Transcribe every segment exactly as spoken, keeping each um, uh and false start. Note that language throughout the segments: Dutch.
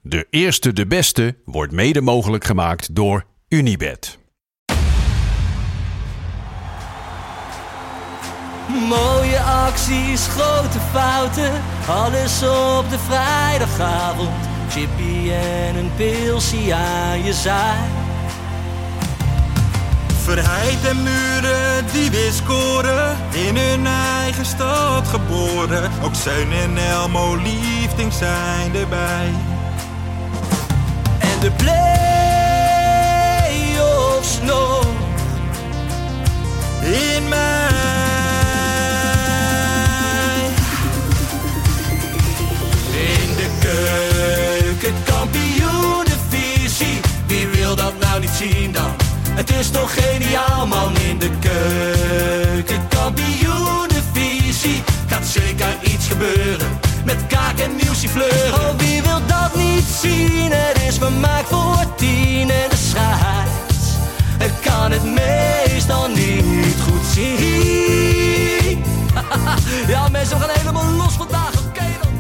De eerste, de beste wordt mede mogelijk gemaakt door Unibet. Mooie acties, grote fouten, alles op de vrijdagavond. Chippy en een pilsie aan je zaai. Verheid en Muren die weer scoren, in hun eigen stad geboren. Ook Zeun en Elmo Liefding zijn erbij. En de play-offs nog in mei. In de keuken, kampioenenvisie. Wie wil dat nou niet zien dan? Het is toch geniaal man. In de keuken, kampioenenvisie. Gaat zeker iets gebeuren met kaak en nieuwsie fleuren. Oh, wie wil dat niet zien? Het is vermaakt voor tien en de scheids. Ik kan het meestal niet goed zien. Ja mensen, we gaan helemaal los vandaag. Oké okay, dan.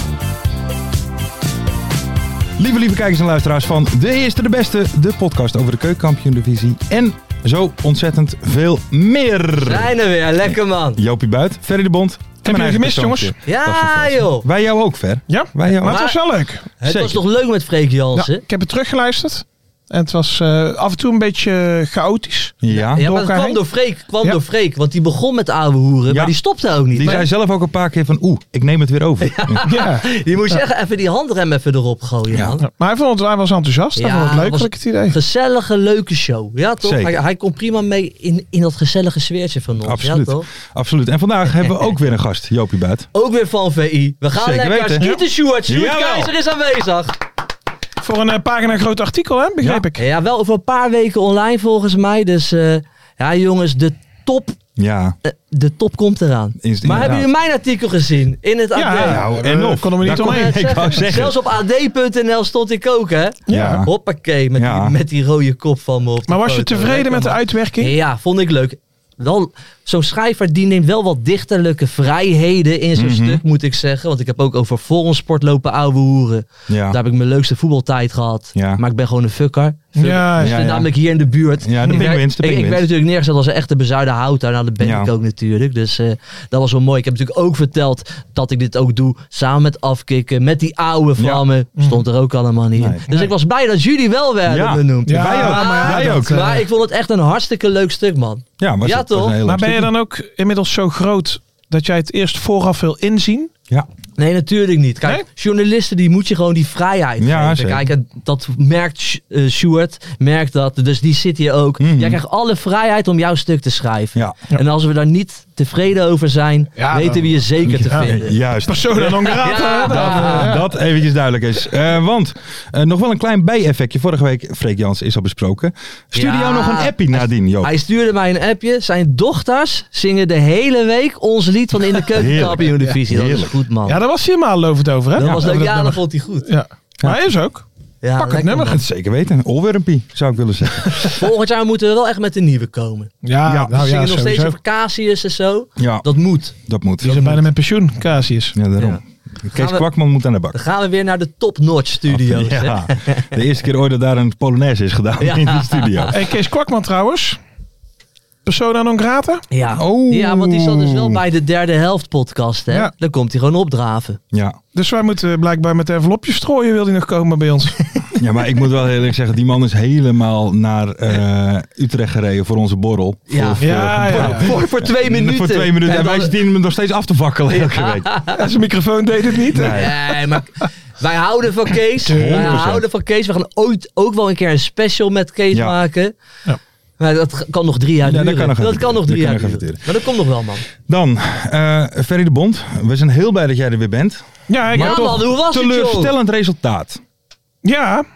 Lieve, lieve kijkers en luisteraars van De Eerste, de Beste, de podcast over de Keukenkampioen-divisie en zo ontzettend veel meer. Zijn er weer, lekker man. Jopie Buit, Ferry de Bond. Heb je gemist, jongens? Ja, joh. Wij jou ook, Fer. Ja, Wij jou maar ook. het was wel leuk. Het Zeker. was toch leuk met Freek Jansen? Ja, ik heb het teruggeluisterd. En het was uh, af en toe een beetje chaotisch. Ja, Ja, maar het elkaar kwam heen. door Freek, kwam Ja. door Freek, want die begon met ouwe hoeren, Ja. maar die stopte ook niet. die Maar zei zelf ook een paar keer van oeh, ik neem het weer over. Ja, Ja. je moet zeggen, even die handrem even erop gooien, Ja. man. Ja, maar hij, vond het, hij was enthousiast. Hij Ja, vond het leuk, was had ik het idee. Gezellige, leuke show. Ja, toch? Zeker. Hij, hij komt prima mee in, in dat gezellige sfeertje van ons. Absoluut. Ja, toch? Absoluut. En vandaag hebben we ook weer een gast, Jopie Buit. Ook weer van V I. We gaan Zeker lekker weten. skieten, Sjoerd. Sjoerd Jawel. Keizer is aanwezig. Voor een uh, pagina groot artikel, hè, begreep Ja. ik. Ja, wel over een paar weken online volgens mij. Dus uh, ja, jongens, de top, Ja. uh, de top komt eraan. Is- Maar hebben jullie mijn artikel gezien? In het A D? Ja, Nou, we en nog. konden we niet Daar kon omheen. ik- ik wou zeggen. Zelfs op A D punt N L stond ik ook, hè? Ja. Hoppakee, met, Ja. die, met die rode kop van me op de Maar was je foto. tevreden Lekker, met de man. uitwerking? Ja, vond ik leuk. Wel, zo'n schrijver die neemt wel wat dichterlijke vrijheden in zijn Mhm. stuk, moet ik zeggen. Want ik heb ook over Forensport lopen ouwe hoeren. Ja. Daar heb ik mijn leukste voetbaltijd gehad. Ja. Maar ik ben gewoon een fucker. fucker. Ja, Ik ja, zit ja. namelijk hier in de buurt. Ja, de Ik werd- pinguïns, de ik, ik pinguïns. werd natuurlijk neergezet als een echte bezuiden houter. Nou, dat ben Ja. ik ook natuurlijk. Dus uh, dat was wel mooi. Ik heb natuurlijk ook verteld dat ik dit ook doe. Samen met afkicken. Met die oude vlammen. Stond er ook allemaal niet in. Nee. Dus ik was blij dat jullie wel werden Ja. benoemd. Ja, Wij ook. maar ja, Wij dat, ook. uh, Maar ik vond het echt een hartstikke leuk stuk, man. Ja, was Ja, het- was toch? een heel Maar leuk ben je stukje. dan ook inmiddels zo groot dat jij het eerst vooraf wil inzien? Ja. Nee, natuurlijk niet. Kijk, Nee? journalisten die moet je gewoon die vrijheid Ja, geven. zeker. Kijk, en dat merkt uh, Sjoerd, merkt dat. Dus die zit hier ook. Mhm. Jij krijgt alle vrijheid om jouw stuk te schrijven. Ja. En als we daar niet tevreden over zijn, Ja, weten dan- we je zeker te Ja. vinden. Juist. Persona non grata. Ja. hè, dan, Ja. uh, Dat eventjes duidelijk is. Uh, want uh, nog wel een klein bijeffectje. Vorige week, Freek Jansen is al besproken. Stuurde Ja. jou nog een appie nadien, Joop? Hij stuurde mij een appje. Zijn dochters zingen de hele week ons lied van in de keukenkampioen-divisie. Dat is Heerlijk. goed, man. ja, daar was hij helemaal lovend over, hè? dat was Over leuk. dat Ja, dat nummer. vond hij goed. Ja. Maar hij is ook. Ja, Pak het lekker, nummer. man. Zeker weten. Olwermpie, zou ik willen zeggen. Volgend jaar moeten we wel echt met de nieuwe komen. Ja, Ja, We nou zingen ja, nog steeds sowieso. over Casius en zo. Ja, dat, Dat moet. moet. Die zijn bijna met pensioen, Casius. Ja, daarom. Ja. Kees Gaan we- Kwakman moet aan de bak. Dan gaan we weer naar de top-notch studio's. hè? Ja, de eerste keer ooit dat daar een Polonaise is gedaan Ja. in de studio. Hey, Kees Kwakman trouwens. Persona non grata. Ja. Oh. ja, want die zat dus wel bij de derde helft podcast. Hè? Ja. Dan komt hij gewoon opdraven. Ja. Dus wij moeten blijkbaar met envelopjes strooien, wil hij nog komen bij ons. ja, maar ik moet wel heel eerlijk zeggen, die man is helemaal naar eh, Utrecht gereden voor onze borrel. Ja. Voor, voor- Ja, ja, ja. Voor, voor twee minuten. Voor twee minuten. En, En wij dan- zitten hem nog steeds af te vakkelen elke week. Ja, zijn microfoon deed het niet. hè? Nee. Nee, maar wij houden van Kees. Wij honderd procent. houden van Kees. We gaan ooit ook wel een keer een special met Kees Ja. maken. Ja. Maar dat kan nog drie jaar Ja, dat duren. kan nog even dat kan nog duren. drie Dat jaar kan nog duren. even Maar dat komt nog wel, man. Dan, eh Ferry de Bond. We zijn heel blij dat jij er weer bent. Ja, ik Ja, heb man, toch... hoe was het, joh? Teleurstellend resultaat. Ja,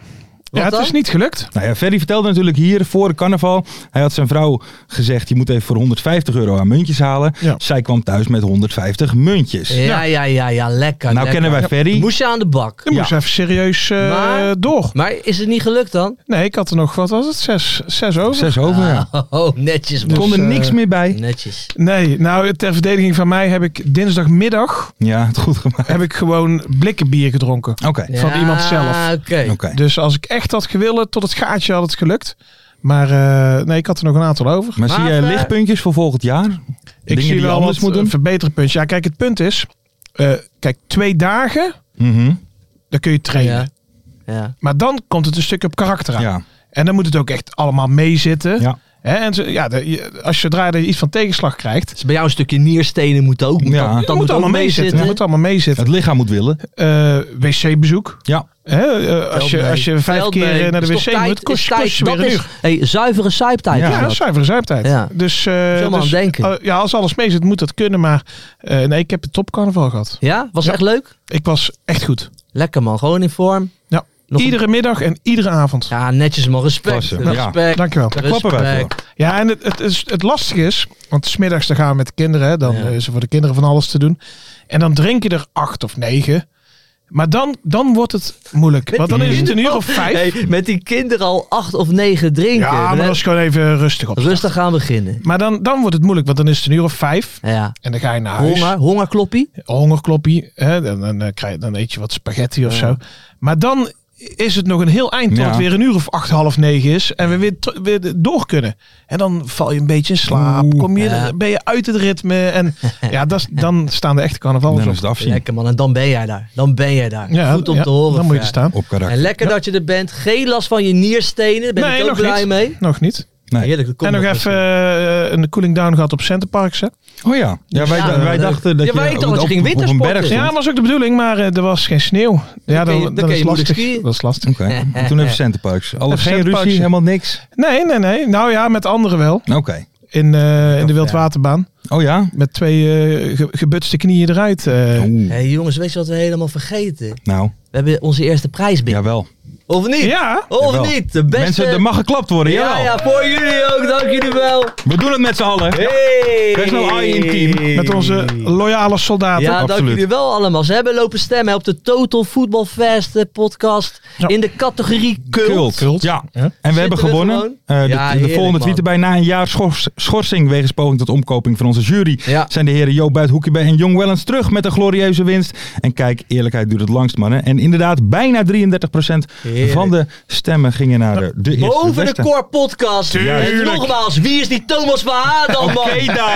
Ja, het dan? is niet gelukt. Nou ja, Ferry vertelde natuurlijk hier voor de carnaval. Hij had zijn vrouw gezegd, je moet even voor honderdvijftig euro aan muntjes halen. Ja. Zij kwam thuis met honderdvijftig muntjes. Ja, ja, ja, ja, lekker. Nou lekker. kennen wij Ferry. Moest je aan de bak. Je Ja. moest even serieus uh, Maar- door. Maar is het niet gelukt dan? Nee, ik had er nog, wat was het? Zes, zes over. Zes over, ja. Oh, netjes Er man. kon er Dus, niks eh, meer bij. Netjes. Nee, nou ter verdediging van mij heb ik dinsdagmiddag Ja, het goed gemaakt. heb ik gewoon blikken bier gedronken. Oké. Van iemand zelf. Oké. Oké. Dus als ik echt had gewillen, tot het gaatje had het gelukt. Maar uh, nee, ik had er nog een aantal over. Maar zie Maar, jij eh, lichtpuntjes voor volgend jaar? Ik Dingen zie die je wel anders wat moet doen? verbeterpuntjes. Ja, kijk, het punt is... Uh, kijk, twee dagen, Mhm. dan kun je trainen. Ja. Ja. Maar dan komt het een stuk op karakter aan. Ja. En dan moet het ook echt allemaal meezitten. Ja. Hè, en zo, ja, de, je- als je zodra je iets van tegenslag krijgt... Dus bij jou een stukje nierstenen moet ook. Moet Ja. dat, Dat dat moet moet allemaal ook meezitten. meezitten. Dat moet allemaal meezitten. Het lichaam moet willen. Uh, wc-bezoek. Ja. Hè, uh, als, je, mee. als je vijf Telt keer mee. uh, naar de Is toch wc tijd- moet, kost, is kost tijd. je weer Dat een is- uur. Hey, zuivere zuiptijd. Ja, is Ja, dat. zuivere zuiptijd. Ja. Dus, uh, Zo maar dus aan denken. uh, ja, als alles mee zit, moet dat kunnen. Maar uh, nee, ik heb de topcarnaval gehad. Ja? Was Ja. echt leuk? Ik was echt goed. Lekker man, gewoon in vorm. Ja. Nog een- Iedere middag en iedere avond. Ja, netjes man, respect. Klasse. Ja. Respect. Dankjewel. Daar klappen wij voor. Respect. Ja, en het, het, is, het lastige is, want 's middags dan gaan we met de kinderen, hè, dan Ja. is er voor de kinderen van alles te doen. En dan drink je er acht of negen. Maar dan, dan wordt het moeilijk. Met Want dan die is het een uur kinderen- of vijf. Hey, met die kinderen al acht of negen drinken. Ja, maar Dan- dat is gewoon even rustig op. Rustig gaan beginnen. Maar dan, dan wordt het moeilijk, want dan is het een uur of vijf. Ja. En dan ga je naar huis. Honger, hongerkloppie. Hongerkloppie. Hè, dan, dan, dan, krijg je, dan eet je wat spaghetti of Ja. zo. Maar dan is het nog een heel eind tot Ja. het weer een uur of acht, half negen is. En we weer, t- weer door kunnen. En dan val je een beetje in slaap. Oeh. Kom je, Ja. Ben je uit het ritme. En ja, dat is, dan staan de echte carnavals Dan op. is het afzien. Lekker man, en dan ben jij daar. Dan ben jij daar. Ja, Goed om ja, te horen. dan moet je er Fer. staan. Op karakter. En lekker dat je er bent. Geen last van je nierstenen. Daar ben Nee, ik ook nog blij niet. mee. Nog niet. Nee. Heerlijk. dat komt En nog nog even eens. uh, een cooling down gehad op Centerparks. Hè? Oh ja. Ja, wij, Ja, wij leuk. dachten dat Je je, weet toch, op, dat je ging op- op een wintersporten. berg stond. Ja, was ook de bedoeling, maar uh, er was geen sneeuw. Ja, kun je- dan, dan dan kun is je moeilijk lastig. skiën. Dat is lastig. Oké. Toen even Centerparks. Alle Even geen Centerparks. ruzie, helemaal niks. Nee, nee, nee. Nou ja, met anderen wel. Oké. In, uh, in de Wildwaterbaan. Oh ja? Met twee uh, ge- gebutste knieën eruit. Uh. Oeh. Hé hey, jongens, weet je wat we helemaal vergeten? Nou, We hebben onze eerste prijs binnen. jawel. Of niet? Ja. Of Jawel. niet? De beste... Mensen, er mag geklapt worden, Ja, jawel. ja, voor jullie ook. Dank jullie wel. We doen het met z'n allen. Hey. Personal Eye in team. Met onze loyale soldaten. Ja, dank absoluut. jullie wel allemaal. Ze hebben lopen stemmen op de Total Football Fest eh, podcast. Ja. In de categorie Cult. Cult. Cult. Ja. Ja. En we Zitten hebben we gewonnen. gewoon? Eh, de, Ja, de heerlijk, volgende man. tweet erbij. Na een jaar schors- schorsing wegens poging tot omkoping van onze jury... Ja. zijn de heren Joop Buit, Hoekiebe en Jong Wellens terug met een glorieuze winst. En kijk, eerlijkheid duurt het langst, mannen. En inderdaad, bijna drieëntertig procent Heerlijk. van de stemmen gingen naar de, de eerste Boven de beste. Core Podcast. Tuurlijk. En nogmaals, wie is die Thomas van Haadam, man? Oké dan.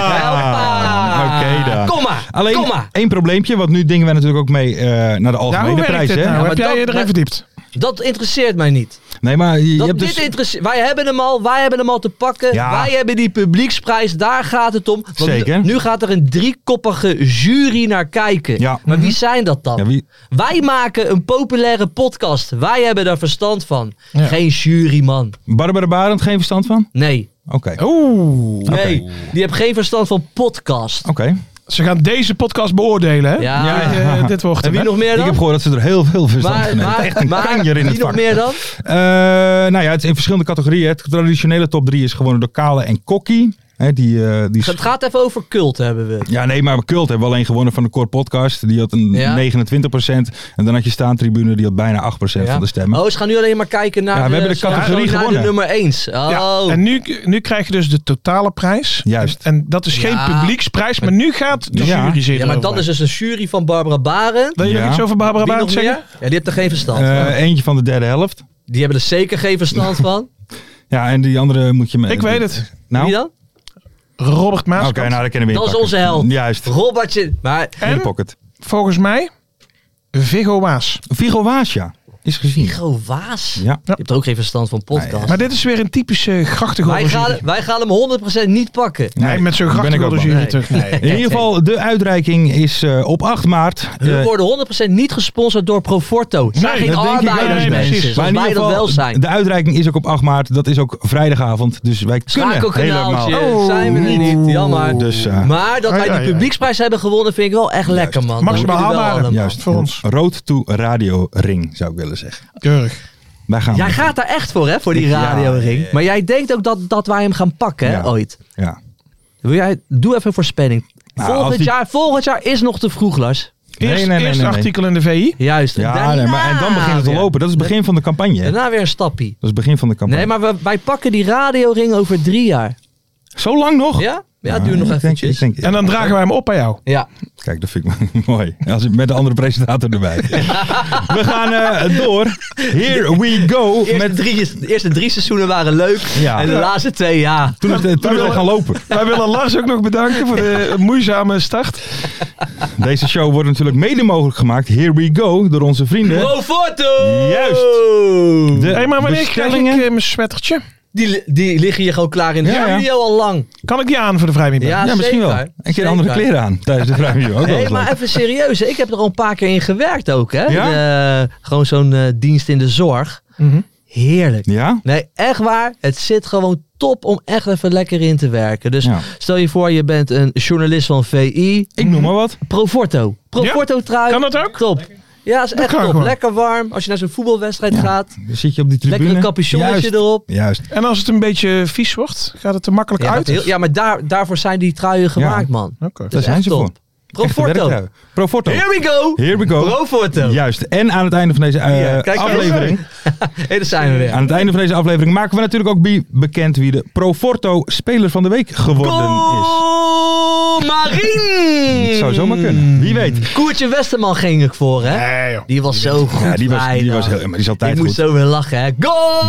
Hoppa. Oké dan. Kom maar. Alleen Kom maar. één probleempje, want nu dingen wij natuurlijk ook mee eh, naar de Ja, algemene hoe werkt prijs. dit Hè? nou? Ja, Heb maar jij je dat- erin verdiept? Dat interesseert mij niet. Nee, maar je, je Dat, hebt dit dus... interesseert. Wij hebben hem al, wij hebben hem al te pakken. Ja. Wij hebben die publieksprijs, daar gaat het om. Want Zeker. Nu gaat er een driekoppige jury naar kijken. Ja. Maar wie zijn dat dan? Ja, wie... Wij maken een populaire podcast. Wij hebben daar verstand van. Ja. Geen jury, man. Barbara Barend, geen verstand van? Nee. Oké. Oeh. Nee. Die heeft geen verstand van podcast. Oké. Ze gaan deze podcast beoordelen. Hè? Ja. Ja, Eh, ja. dit wordt En wie hem, hè? nog meer Ik dan? heb gehoord dat ze er heel veel verstand Maar, van hebben. maar, Echt een maar kanjer in het wie nog vak. meer dan? Eh, nou ja, het is in verschillende categorieën. Het traditionele top drie is gewonnen door Kale en Kokkie. Hè, die, eh, die... Het gaat even over cult hebben we. Ja, nee, maar Cult hebben we alleen gewonnen van de Core Podcast. Die had een Ja. negenentwintig procent. En dan had je Staantribune, die had bijna acht procent Ja. van de stemmen. Oh, ze gaan nu alleen maar kijken naar, Ja, we hebben de ze gaan categorie gewoon naar gewonnen. de nummer één. Oh. Ja, en nu, nu krijg je dus de totale prijs. Juist. En, en dat is geen Ja. publieksprijs, maar nu gaat de Ja. jury zich Ja, maar erover dat is dus een jury van Barbara Baren. Wil je nog Ja. iets over Barbara Wie Barend nog zeggen? meer? Ja, die heeft er geen verstand Eh, van. eentje van de derde helft. Die hebben er zeker geen verstand van. Ja, en die andere moet je... Me- Ik weet het. Nou? Wie dan? Robert Oké, Maaskant. nou, dat kennen we Dat is inpakken. onze held. Juist. Robertje. Maar In de pocket. Volgens mij Viggo Waas. Viggo Waas, ja. Is gezien. Viggo Waas? Ja. Je hebt er ook geen verstand van podcast. Nee, Maar dit is weer een typische grachtengolder wij, gaan, jury. wij gaan hem honderd procent niet pakken. Nee, met zo'n daar ben ik ook grachtengolder bang. jury Nee. terug. Nee. In ieder geval, de uitreiking is uh, op acht maart. We Uh, worden honderd procent niet gesponsord door Proforto. Het zijn Nee, geen dat denk ik wel. arbeiders, Nee, mensen. precies. Zoals in wij ieder dat geval, wel zijn. de uitreiking is ook op acht maart. Dat is ook vrijdagavond. Dus wij kunnen Schakelkanaaltje, helemaal... Oh. zijn we er niet. Jammer. Dus, uh, Maar dat Ai, wij die ai, ai. publieksprijs hebben gewonnen vind ik wel echt lekker, man. Maximaal Dank jullie wel haalbaar. allemaal. juist, voor ons. Road to Radio Ring, zou ik willen zeggen. Keurig. Wij gaan. Jij gaat daar echt voor, hè? Voor die Ja, radioring. ja, ja. Maar jij denkt ook dat, dat wij hem gaan pakken, hè? Ja. Ooit. Ja. Wil jij, doe even een voorspelling. Nou, als volgend, die- jaar, volgend jaar is nog te vroeg, Lars. Eerst, Nee, nee, nee, eerst nee, nee. artikel in de V I. Juist. Ja, Daarna nee, maar, en dan begint het te weer. lopen. Dat is het begin van de campagne. hè? Dat Daarna weer een stappie. is het begin van de campagne. Nee, maar we, wij pakken die radioring over drie jaar. Zo lang nog? Ja? Ja, Ah, duur nog ik denk- eventjes. ik denk- En dan dragen wij hem op bij jou. Ja. Kijk, dat vind ik mooi. Als ik met de andere presentator erbij. We gaan eh, door. Here we go. De eerste, Met, drie, de eerste drie seizoenen waren leuk. Ja. En de laatste twee, ja. toen is het, toen is het gaan lopen. Wij willen Lars ook nog bedanken voor de moeizame start. Deze show wordt natuurlijk mede mogelijk gemaakt. Here we go. Door onze vrienden. Profoto! Juist. De Hé, maar wanneer krijg ik bestellingen. eh, mijn sweatertje? Die, die liggen hier gewoon klaar in de Ja, ja. studio al lang. Kan ik die aan voor de vrijwilliger? Ja, Ja, misschien zeker. wel. Een keer Zeker. andere kleren aan tijdens de vrijwillig. Ook wel Nee, eens maar leuk. even serieus. hè. Ik heb er al een paar keer in gewerkt ook. Hè? Ja? De- gewoon zo'n eh, dienst in de zorg. Mhm. Heerlijk. Ja? Nee, echt waar. Het zit gewoon top om echt even lekker in te werken. Dus Ja. stel je voor, je bent een journalist van V I. Ik noem maar wat. Proforto. Proforto trui. Kan dat ook? Top. Ja, is echt kan top. gewoon. Lekker warm. Als je naar zo'n voetbalwedstrijd Ja. gaat. Dan zit je op die tribune. Lekker een capuchonnetje Juist. erop. Juist. En als het een beetje vies wordt, gaat het er makkelijk Ja, uit? dat heel- ja, maar daar, daarvoor zijn die truien gemaakt, man. Oké. Dat Daar is zijn echt ze top. voor. Echte Proforto. werktrui. Proforto. Here we go. Here we go. Proforto. Juist. En aan het einde van deze eh, Ja, kijk, aflevering. Hé, daar zijn we weer. Aan het einde van deze aflevering maken we natuurlijk ook be- bekend wie de Proforto Speler van de Week geworden is. Goal, Marien! Het zou zomaar kunnen. Wie weet. Koertje Westerman ging ik voor, hè? Nee, joh. Die was zo goed. Ja, die was, die vrijdag. was heel, maar die is altijd Ik goed. moest zo weer lachen, hè?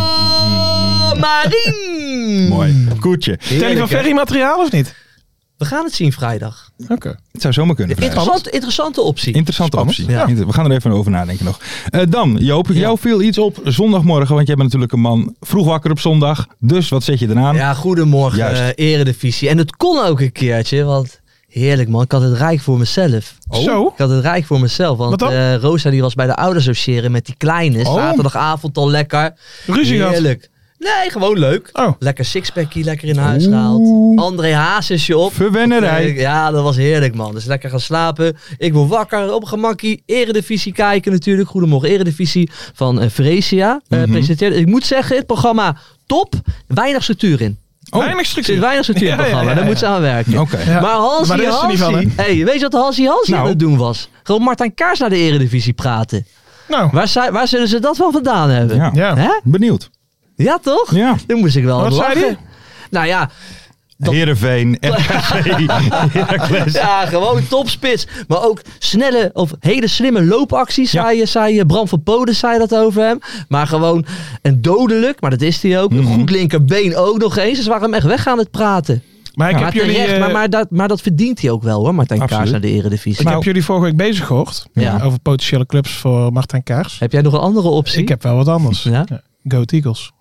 Goal, Marien! Mooi. Koertje. Telly van Heerlijk, hè? Ferry materiaal of niet? We gaan het zien vrijdag. Oké. Het zou zomaar kunnen. vrijdag. Interessant, interessante optie. Interessante Spannend. optie. Ja. Inter- We gaan er even over nadenken nog. Eh, dan, Joop, jou viel iets op zondagmorgen. Want jij bent natuurlijk een man vroeg wakker op zondag. Dus wat zet je eraan? Ja, goedemorgen, Juist. eh, eredivisie. En het kon ook een keertje, want heerlijk man. Ik had het rijk voor mezelf. Zo? Ik had het rijk voor mezelf, want Wat dan? eh, Rosa die was bij de ouders associëren met die kleine. Oh. Zaterdagavond al lekker. Ruzie gehad? Heerlijk. Nee, gewoon leuk. Oh. Lekker sixpackie lekker in huis Oeh. gehaald. André Hazesje op. Verwennerij. Ja, dat was heerlijk man. Dus lekker gaan slapen. Ik word wakker, op gemakkie. Eredivisie kijken natuurlijk. Goedemorgen, Eredivisie van uh, Fresia. Uh, Mhm. presenteerde. Ik moet zeggen, het programma top. Weinig structuur in. Oh, Weinig Er structuur. zit weinig structuur in het Ja, ja, programma. ja, Daar ja. moet ze aan werken. Oké. Ja. Maar Hansie Maar daar is er niet van, Hansie. Hey, weet je wat Hansie Hansie Nou. aan het doen was? Gewoon Martijn Kaars naar de Eredivisie praten. Nou, Waar, zij- waar zullen ze dat van vandaan hebben? Ja. ja. Hè? Benieuwd. Ja, toch? Ja. Dan moest ik wel Wat aan zei lachen. hij? Nou ja, Dat- Heerenveen, R K C, Heracles. ja, gewoon topspits. Maar ook snelle of hele slimme loopacties, Ja. zei, je, zei je. Bram van Poden zei dat over hem. Maar gewoon een dodelijk, maar dat is hij ook. Mhm. Een goed linkerbeen ook nog eens. Dus waren hem echt weg aan het praten. Maar ik Ja, heb maar, jullie, terecht, eh, maar, maar, dat, maar dat verdient hij ook wel hoor, Martijn Kaars Absoluut. naar de Eredivisie. ik Nou, heb jullie vorige week bezig gehoord. Ja. Over potentiële clubs voor Martijn Kaars. Heb jij nog een andere optie? Ik heb wel wat anders. Ja? Ja. Go Ahead Eagles.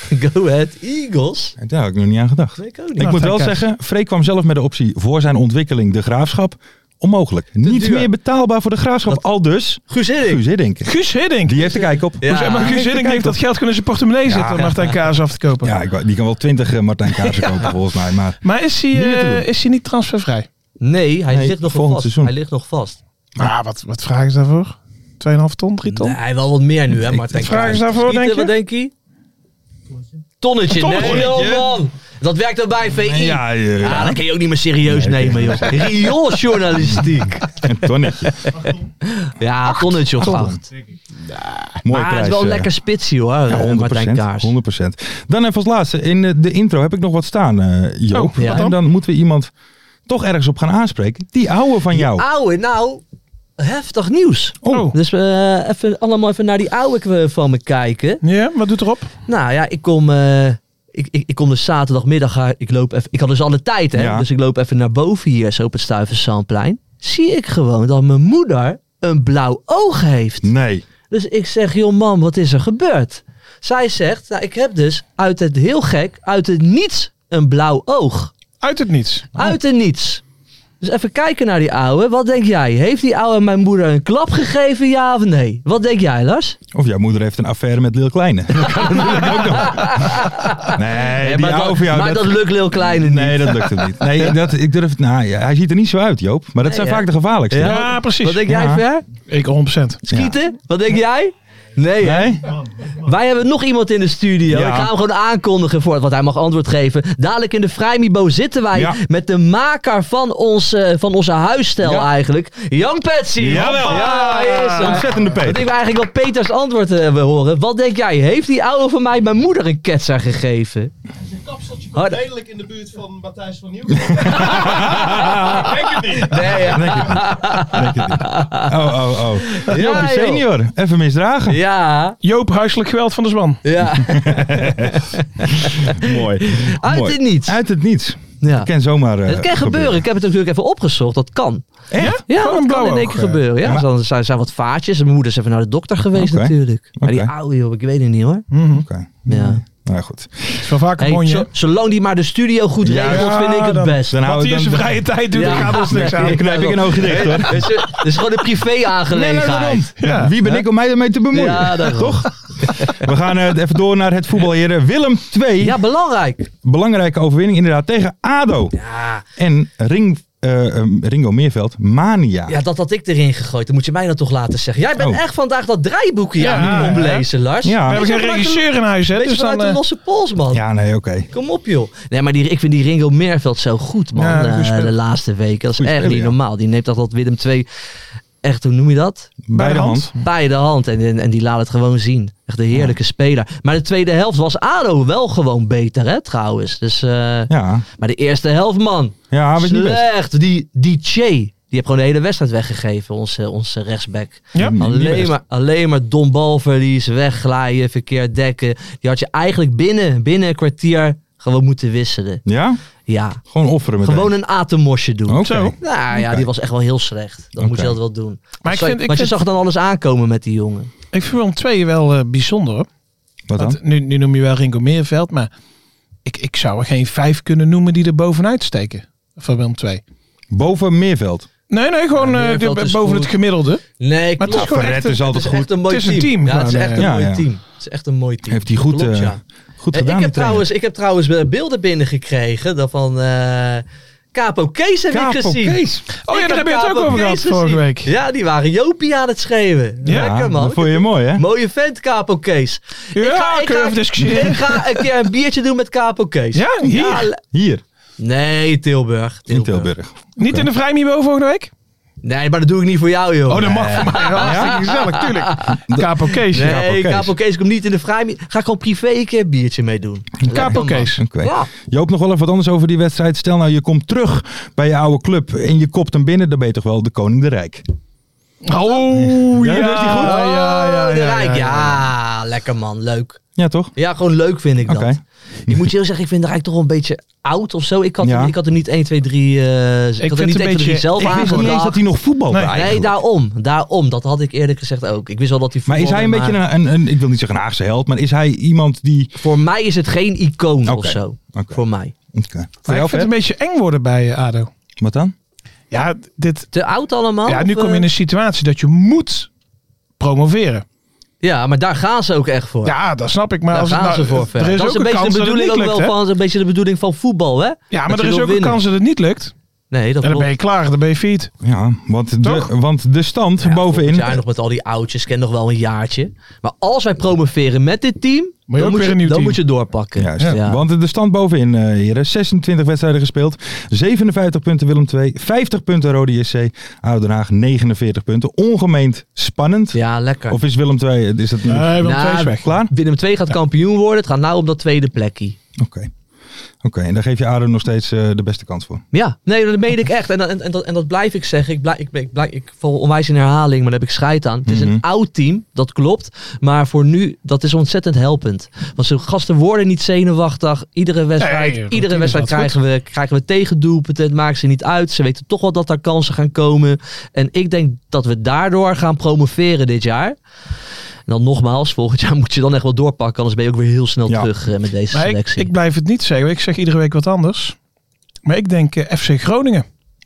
Go Ahead Eagles. Daar had ik nog niet aan gedacht. Nee, ik ook niet. Ik moet Martijn wel Kaars. zeggen, Freek kwam zelf met de optie voor zijn ontwikkeling de Graafschap. Onmogelijk. Niet duur. meer betaalbaar voor de Graafschap. Dat- Al dus Guus Hiddink. Guus Hiddink. Guus Hiddink. Die heeft de kijk op. Ja. Hoezo? Maar Guus Hiddink heeft dat geld kunnen in zijn portemonnee zetten om Martijn Kaars af te kopen. Ja, ik, wou- die kan wel twintig uh, Martijn Kaarsen kopen volgens mij. Maar Maar is hij, Niet meer te eh, doen. is hij niet transfervrij? Nee, hij Nee, ligt nog volgend vast. seizoen. Hij ligt nog vast. Maar wat, wat vragen ze daarvoor? twee komma vijf ton, drie ton? Nee, wel wat meer nu hè, Ik- Martijn wat vragen Kaars. ze daarvoor, Schieten, denk je? Wat denk je? Tonnetje. Een tonnetje. Nee, joh, man. Dat werkt ook bij V I. ja, ja, Ah, dat kun je ook niet meer serieus Nee, nemen, joh. Riooljournalistiek. een tonnetje. Ja, tonnetje of acht. Mooie Maar prijs. het is wel eh. lekker spitsie, hoor, Ja, eh, honderd Martijn procent. Kaars. honderd procent. Dan even als laatste. In de, de intro heb ik nog wat staan, eh, Joop. Oh, wat En dan? dan moeten we iemand toch ergens op gaan aanspreken. Die ouwe van jou. Ouwe, nou, heftig nieuws. Oh. Dus uh, even, allemaal even naar die ouwe van me kijken. Ja, wat doet erop? Nou ja, ik kom, uh, ik, ik, ik kom dus zaterdagmiddag, ga- ik loop even, ik had dus alle tijd hè, Ja. dus ik loop even naar boven hier zo op het Stuyvesantplein. Zie ik gewoon dat mijn moeder een blauw oog heeft. Nee. Dus ik zeg, joh mam, wat is er gebeurd? Zij zegt, nou, ik heb dus uit het, heel gek, uit het niets een blauw oog. Uit het niets. Uit het niets. Dus even kijken naar die ouwe. Wat denk jij? Heeft die ouwe mijn moeder een klap gegeven, ja of nee? Wat denk jij, Lars? Of jouw moeder heeft een affaire met Lil Kleine. Dat kan natuurlijk ook nog. Nee, Nee, die maar ouwe dat, van jou. maar dat lukt Lil Kleine niet. Nee, dat lukt hem niet. Nee, dat, ik durf, nou, ja, hij ziet er niet zo uit, Joop. Maar dat Nee, zijn ja. vaak de gevaarlijkste. Ja. Ja, precies. Wat denk jij, Ja. Ver? Ik honderd procent. Schieten? Wat denk jij? Nee, hè? Nee? Wij hebben nog iemand in de studio. Ja. Ik ga hem gewoon aankondigen, voor, want hij mag antwoord geven. Dadelijk in de Vrijmibo zitten wij Ja. met de maker van, ons, uh, van onze huisstijl Ja. eigenlijk. Jan Patsy. Jawel. Ja, hij is er. Ontzettende Want Peter. ik wil eigenlijk wel Peters antwoord uh, willen horen. Wat denk jij? Heeft die oude van mij mijn moeder een ketser gegeven? Zijn kapseltje Oh, komt dat- redelijk in de buurt van Matthijs van Nieuwkerk. Denk het niet. Nee, ja. Denk het niet. Denk het niet. Oh, oh, oh. Ja, Jopie joh. senior. Even misdragen. Ja, Joop, huiselijk geweld van de Zwan. ja. Mooi. Uit Mooi. het niets. Uit het niets. Ja. Het kan zomaar uh, Het kan gebeuren. Ik heb het natuurlijk even opgezocht. Dat kan. Echt? Ja, Gewoon dat een kan in blauw één keer oog, eh. gebeuren. Ja, Ja. dan zijn, zijn wat vaatjes. Mijn moeder is even naar de dokter geweest Oké. natuurlijk. Maar die Oké. oude joh, ik weet het niet hoor. Oké. Ja. Nou goed. Het is wel vaak een Hey, bonje. zo- zolang die maar de studio goed Ja, regelt, ja, vind ik het dan- best. Dan Wat hou hij in dan, zijn vrije tijd doet, Ja. dan gaat ons niks aan. dan knijp ik een oogje dicht hoor. Het is, het is gewoon een privé-aangelegenheid. Ja. Wie ben ik om mij ermee te bemoeien? Ja, daarom. Toch? We gaan uh, even door naar het voetbalheren. Willem twee. Ja, belangrijk. Belangrijke overwinning inderdaad tegen ADO. Ja, En Ring, uh, um, Ringo Meerveld, Mania. ja, dat had ik erin gegooid. Dan moet je mij dan toch laten zeggen. Jij bent Oh. echt vandaag dat draaiboekje Ja, aan het ja. omlezen, Lars. Ja. We hebben Beetje geen vanuit de- regisseur in huis, hè? Beetje Dus vanuit dan, de eh, losse pols, man. Ja, nee, oké. Kom op, joh. Nee, maar die, ik vind die Ringo Meerveld zo goed, man. Ja, goeie eh, speler. de laatste weken. Dat is Goeie echt speler, niet ja. normaal. Die neemt toch dat Willem twee echt, hoe noem je dat? Bij de hand. Bij de hand. En, en, en die laat het gewoon zien. Echt een heerlijke speler. Maar de tweede helft was ADO wel gewoon beter, hè, trouwens. Dus, eh, Ja, maar de eerste helft, man. ja was niet best. Slecht. Die, die Che. Die heeft gewoon de hele wedstrijd weggegeven, onze, onze rechtsback. Ja. Niet Alleen best. maar, alleen maar dom balverlies, wegglijden, verkeerd dekken. Die had je eigenlijk binnen, binnen een kwartier gewoon moeten wisselen. Ja? Ja, Gewoon offeren meteen. gewoon een atemosje doen. Oké. Zo. Nou ja, Oké. die was echt wel heel slecht. Dat Oké. moet je altijd wel doen. Maar ik Zo- vind- ik want je vind- zag dan alles aankomen met die jongen. Ik vind Willem twee wel eh, bijzonder, hoor. Wat dan? Want nu, nu noem je wel Ringo Meerveld, maar ik, ik zou er geen vijf kunnen noemen die er bovenuit steken. Van Willem twee. Boven Meerveld. Nee, nee, gewoon Ja, eh, Meerveld de- is boven goed. het gemiddelde. Nee, Maar het is klopt. gewoon Verret echt een- is altijd Het is goed. echt een mooi Het is een team. team Ja, het is gewoon, echt eh, een ja, mooi ja. team. Het is echt een mooi team. Heeft hij goed, Klopt, eh, ja. goed Eh, gedaan. ik, heb die trainer. trouwens, ik heb trouwens eh, beelden binnengekregen dat van eh Capo Kees heb Capo ik gezien. Kees. Oh ja, Ik daar heb heb je het ook Capo over gehad Kees vorige gezien. week. Ja, die waren Jopie aan het schreeuwen. Ja, Lekker man. Dat vond je mooi, hè? Mooie vent, Capo Kees. Ja, ik ga, ik, kunnen we ga, even discussiëren. ik ga een keer een biertje doen met Capo Kees. Ja, hier. le- Hier, nee, Tilburg. in Tilburg. Niet in de Vrijmibo volgende week? Nee, maar dat doe ik niet voor jou, joh. Oh, dat mag voor mij. wel. Hartstikke gezellig, tuurlijk. Capo Kees. Nee, ja. Kees. Capo Kees komt niet in de vrij. Ga ik gewoon privé een keer een biertje mee doen. Capo Lekker, man. Kees. Oké. Ja. Joop, nog wel even wat anders over die wedstrijd. Stel nou, je komt terug bij je oude club en je kopt hem binnen. Dan ben je toch wel de koning de Rijk. Oh, Ja, ja. dat is die goed. Ja, ja, ja, Oh, de ja, Rijk. ja, Ja, lekker man. Leuk. Ja, toch? Ja, gewoon leuk vind ik dat. Oké. Ik moet je heel zeggen, ik vind de Rijk toch wel een beetje oud of zo. Ik had, Ja. ik had er niet één, twee, drie, uh, ik vind had er niet het een één, twee, drie beetje- zelf Ik wist niet eens aangebracht. dat hij nog voetbal Nee. Nee, daarom. Daarom. Dat had ik eerlijk gezegd ook. Ik wist wel dat hij Maar is hij een voetbalde, beetje maar een, een, een, ik wil niet zeggen een Haagse held, maar is hij iemand die... Voor mij is het geen icoon Oké. of zo. Oké. Voor mij. Oké. Voor Maar jou, ik vind het een beetje eng worden bij eh, ADO. Wat dan? Ja, dit, Te oud allemaal? ja, nu of, kom je in eh? een situatie dat je moet promoveren. Ja, maar daar gaan ze ook echt voor. Ja, dat snap ik. Maar daar als het gaan nou, ze voor ver. er is Dat ook is een een beetje kans de dat het bedoeling niet ook lukt, wel hè? van, een beetje de bedoeling van voetbal, hè? Ja, maar Dat er je is wil ook een winnen. kans dat het niet lukt. Nee, dat En dan klopt. ben je klaar, dan ben je failliet. Ja, want de, Toch? want de stand Ja, bovenin... volgend jaar nog met al die oudjes, ken nog wel een jaartje. Maar als wij promoveren met dit team, Moet je dan, ook moet weer je, een nieuw dan team. moet je doorpakken. Juist, Ja. want de stand bovenin, eh heren. zesentwintig wedstrijden gespeeld. zevenenvijftig punten Willem twee. vijftig punten Rode J C. ADO Den Haag negenenveertig punten. Ongemeend spannend. Ja, lekker. Of is Willem twee, is dat nu Nee, Willem Nou, twee is weg. klaar? Willem twee gaat kampioen worden. Het gaat nou om dat tweede plekje. Oké. Oké, en daar geef je ADO nog steeds eh, de beste kans voor. Ja, nee, dat meen ik echt. En, dat- en, en, dat, en dat blijf ik zeggen. Ik, blijf, ik, ik, blijf, ik val onwijs in herhaling, maar daar heb ik scheid aan. Het is Mhm. een oud team, dat klopt. Maar voor nu, dat is ontzettend helpend. Want ze gasten worden niet zenuwachtig. Iedere wedstrijd, Nee, iedere routine wedstrijd gaat krijgen we, krijgen we tegendoelpunten. Het maakt ze niet uit. Ze weten toch wel dat er kansen gaan komen. En ik denk dat we daardoor gaan promoveren dit jaar. En dan nogmaals, volgend jaar moet je dan echt wel doorpakken. Anders ben je ook weer heel snel Ja. terug eh, met deze Maar ik, selectie. ik blijf het niet zeggen. Ik zeg iedere week wat anders. Maar ik denk eh, F C Groningen.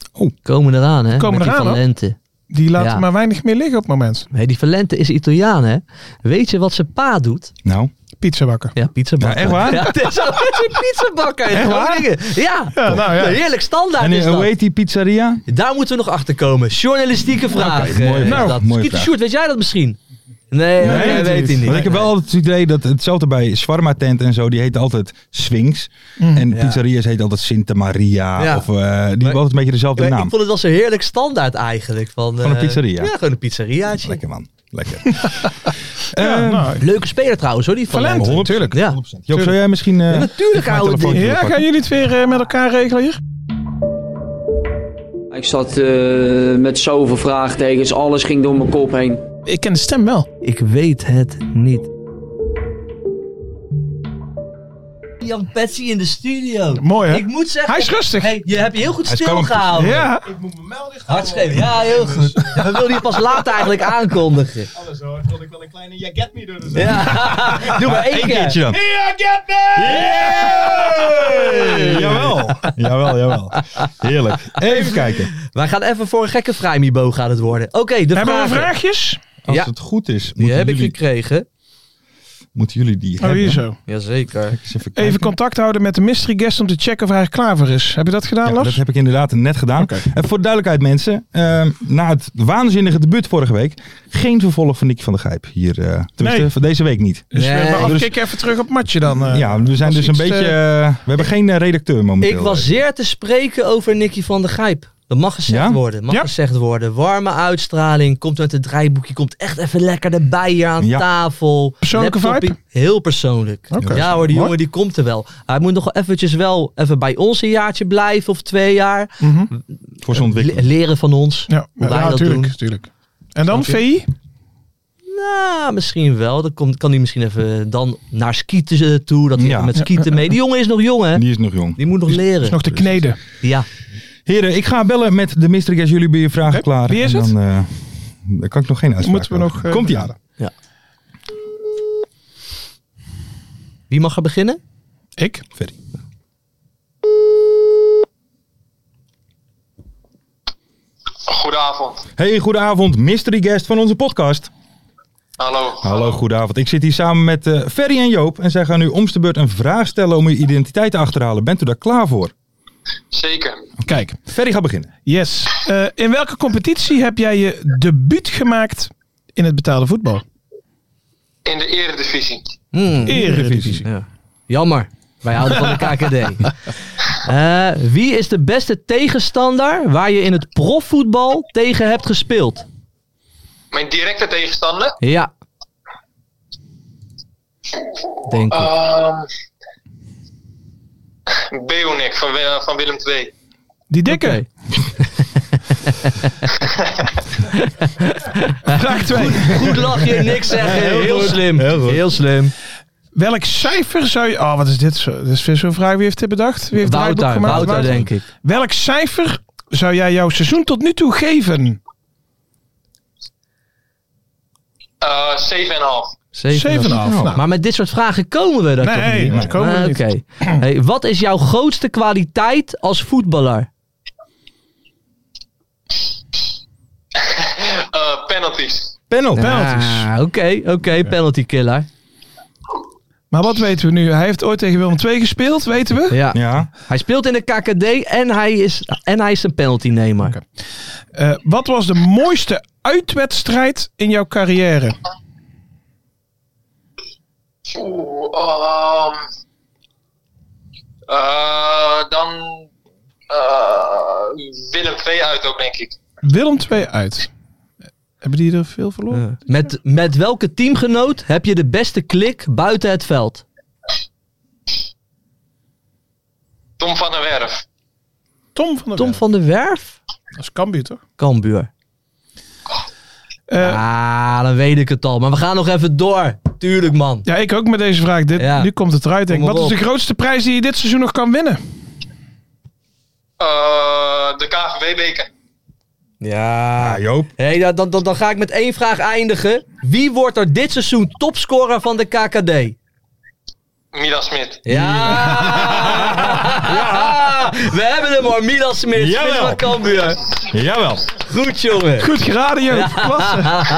Komen eraan, hè? Komen met die eraan, hoor. Valente. Die laten Ja. maar weinig meer liggen op het moment. Nee, die Valente is Italiaan, hè? Weet je wat zijn pa doet? Nou, Pizzabakker. Ja, pizzabakker. Ja, echt waar? Ja, het is ook een pizzabakker in Echt waar? Groningen. Ja, Ja, nou ja. Een heerlijk standaard en is hoe dat. heet die pizzeria? Daar moeten we nog achter komen. Journalistieke vraag. Oké, mooie eh, vraag. is dat. Mooie Skeeter vraag. Sjoerd, weet jij dat misschien? Nee, Nee, nee, weet weet hij niet. niet. Want ik heb wel altijd het idee dat hetzelfde bij Shawarma tent en zo, die heet altijd Sphinx. En Ja. pizzeria's heet altijd Santa Maria. Ja. Of uh, die Maar- hebben altijd een beetje dezelfde Ja, naam. ik vond het wel zo heerlijk standaard eigenlijk. Van, Van een eh, pizzeria? Ja, gewoon een pizzeriaatje. Lekker man, lekker. Ja, Eh, nou, Leuke speler trouwens hoor, die van Valente, Lente. natuurlijk. Ja. Joop, zou jij misschien uh, Ja, natuurlijk, oude ding. Ja, gaan jullie het weer uh, met elkaar regelen hier? Ik zat uh, met zoveel vraagtekens, alles ging door mijn kop heen. Ik ken de stem wel. Ik weet het niet. Jan Patsy in de studio. Mooi, hè? Ik moet zeggen... Hij is rustig. Hey, je hebt je heel goed Hij is kalm. stilgehouden. Ja. Ik moet mijn mijl dicht houden. Hartstikke. Ja, heel goed. Ja, we wilden je pas later eigenlijk aankondigen. Alles hoor, vond ik wel een kleine You Get Me door de zin. Ja. Doe maar één Eén keer. keertje dan. You Get Me! Hey! Jawel, jawel, jawel. Heerlijk. Even kijken. Wij gaan even voor een gekke vrijmibo gaat het worden. Oké, okay, de Hebben we vragen. vraagjes? Als Ja. het goed is, Die moeten heb ik jullie, gekregen. moeten jullie die Oh, hebben. hier zo. Jazeker. Eens even kijken. Even contact houden met de mystery guest om te checken of hij er klaar voor is. Heb je dat gedaan, Ja, Lars? dat heb ik inderdaad net gedaan. Oké. En voor de duidelijkheid mensen, uh, na het waanzinnige debuut vorige week, geen vervolg van Nicky van der Gijp hier. Uh, tenminste, Nee. voor deze week niet. Dus Nee. we Dus- afkicken even terug op het matje dan. uh, ja, we zijn als dus een iets, beetje, uh, uh, we hebben geen uh, redacteur momenteel. Ik was zeer te spreken over Nicky van der Gijp. Dat mag gezegd Ja? worden. Mag Ja. gezegd worden. Warme uitstraling. Komt met het draaiboekje. Komt echt even lekker erbij hier aan Ja. tafel. Persoonlijke Laptopie. vibe? Heel persoonlijk. Oké. Ja hoor, die Mooi. jongen die komt er wel. Hij moet nog eventjes wel even bij ons een jaartje blijven. Of twee jaar. mhm. voor zijn ontwikkeling. Le- leren van ons. Ja, Hoe wij ja dat tuurlijk, doen. tuurlijk. En dan Snap V I? Nou, misschien wel. Dan komt, kan hij misschien even dan naar skieten toe. Dat hij Ja. even met skieten mee. Die jongen is nog jong hè. Die is nog jong. Die moet nog leren. Is nog te kneden. Ja. Heren, ik ga bellen met de mystery guest. Jullie hebben je vragen Oké, klaar. wie is en het? dan, uh, dan kan ik nog geen uitspraak Moeten we nog, uh, Komt ie aan. Wie mag er beginnen? Ik? Ferry. Goedenavond. Hey, goedenavond. Mystery guest van onze podcast. Hallo. Hallo, goedenavond. Ik zit hier samen met uh, Ferry en Joop. En zij gaan u om de beurt een vraag stellen om uw identiteit te achterhalen. Bent u daar klaar voor? Zeker. Kijk. Ferry gaat beginnen. Yes. Uh, in welke competitie heb jij je debuut gemaakt in het betaalde voetbal? In de eredivisie. Hmm. Eredivisie. Ja. Jammer. Wij houden van de K K D. Uh, wie is de beste tegenstander waar je in het profvoetbal tegen hebt gespeeld? Mijn directe tegenstander? Ja. Denk ik. Um, Beonek van, Wi- van Willem twee. Die dikke. Oké. Vraag twee. Goed lachje, niks zeggen. Heel Heel goed. slim. Heel goed. Heel slim. Welk cijfer zou je... Oh, wat is dit? Zo- Dit is weer zo'n vraag. Wie heeft dit bedacht? Wie heeft het Wouter, draaiboek gemaakt? Wouter denk ik. Welk cijfer zou jij jouw seizoen tot nu toe geven? Uh, zeven komma vijf. Zeven Zeven en een half. Nou. Maar met dit soort vragen komen we daar toch Nee, niet? daar komen we Ah, niet. Oké. Hey, wat is jouw grootste kwaliteit als voetballer? Uh, penalties. Penalty. Penalties. Ah, Oké, oké. Penalty killer. Maar wat weten we nu? Hij heeft ooit tegen Willem twee gespeeld, weten we? Ja. Ja. Hij speelt in de K K D en hij is, en hij is een penaltynemer. Oké. Uh, wat was de mooiste uitwedstrijd in jouw carrière? Oeh, um, uh, dan uh, Willem twee uit ook, denk ik. Willem twee uit. Hebben die er veel verloren? Ja. Met, met welke teamgenoot heb je de beste klik buiten het veld? Tom van der Werf. Tom van der Tom Werf. van der Werf? Dat is Cambuur, toch? Cambuur. Uh, Ah, dan weet ik het al. Maar we gaan nog even door. Tuurlijk, man. Ja, ik ook met deze vraag. Dit, Ja. Nu komt het eruit, denk ik. Kom maar Wat is de op. grootste prijs die je dit seizoen nog kan winnen? Uh, de K V B-beker. Ja. Ah, Joop. Hey, dan, dan, dan, dan ga ik met één vraag eindigen. Wie wordt er dit seizoen topscorer van de K K D? Milan Smit. Ja! Ja! We hebben hem hoor, Milan Smit. Smit Jawel. van Cambuur. Jawel. Goed, jongen. Goed geraden, Joop. Klasse.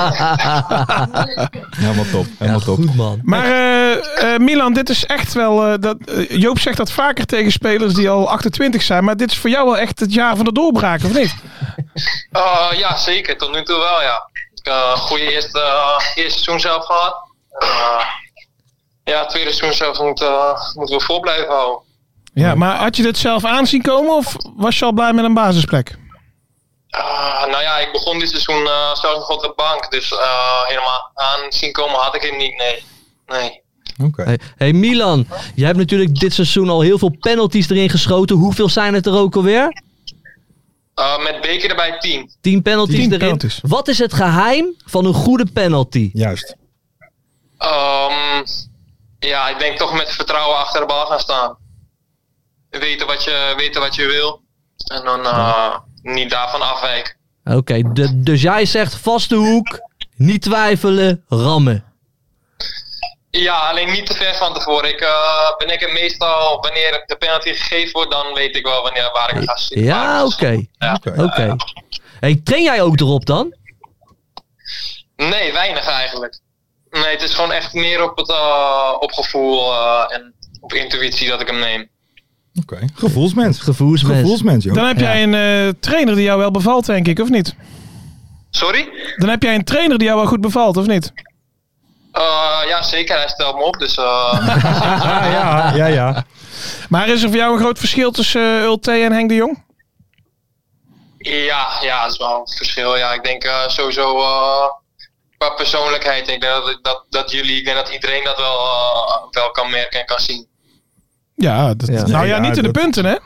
Helemaal top. Ja, Helemaal top. goed, man. Maar uh, uh, Milan, dit is echt wel... Uh, dat, uh, Joop zegt dat vaker tegen spelers die al achtentwintig zijn. Maar dit is voor jou wel echt het jaar van de doorbraak, of niet? Uh, ja, zeker. Tot nu toe wel, ja. Uh, een goede eerste, uh, eerste seizoen zelf gehad. Uh, ja, het tweede seizoen zelf moet, uh, moeten we vol blijven houden. Ja, maar had je dit zelf aanzien komen of was je al blij met een basisplek? Uh, nou ja, ik begon dit seizoen uh, zelfs nog op de bank. Dus uh, helemaal aanzien komen had ik het niet, nee. nee. Oké. Okay. Hey, hey Milan, jij hebt natuurlijk dit seizoen al heel veel penalties erin geschoten. Hoeveel zijn het er ook alweer? Uh, met beker erbij tien. Tien penalties tien erin. Penalties. Wat is het geheim van een goede penalty? Juist. Um, ja, ik denk toch met vertrouwen achter de bal gaan staan. Weten wat je, weten wat je wil. En dan uh, niet daarvan afwijken. Oké, okay, dus jij zegt vaste hoek, niet twijfelen, rammen. Ja, alleen niet te ver van tevoren. Ik uh, ben ik het meestal, wanneer de penalty gegeven wordt, dan weet ik wel wanneer, waar ik ga zitten. Ja, oké. Okay. Ja. Oké. Okay. Okay. Hey, train jij ook erop dan? Nee, weinig eigenlijk. Nee, het is gewoon echt meer op het uh, op gevoel uh, en op intuïtie dat ik hem neem. Oké, okay. Gevoelsmens. Gevoelsmens. Gevoelsmens, joh. Dan heb jij een uh, trainer die jou wel bevalt, denk ik, of niet? Sorry? Dan heb jij een trainer die jou wel goed bevalt, of niet? Uh, ja, zeker. Hij stelt me op, dus... Uh... ja, ja, ja. Maar is er voor jou een groot verschil tussen uh, Ulte en Henk de Jong? Ja, ja, dat is wel een verschil. Ja, ik denk uh, sowieso uh, qua persoonlijkheid. Ik denk dat, dat, dat jullie, ik denk dat iedereen dat wel, uh, wel kan merken en kan zien. Ja, dat, ja. nou ja, niet in de punten, hè?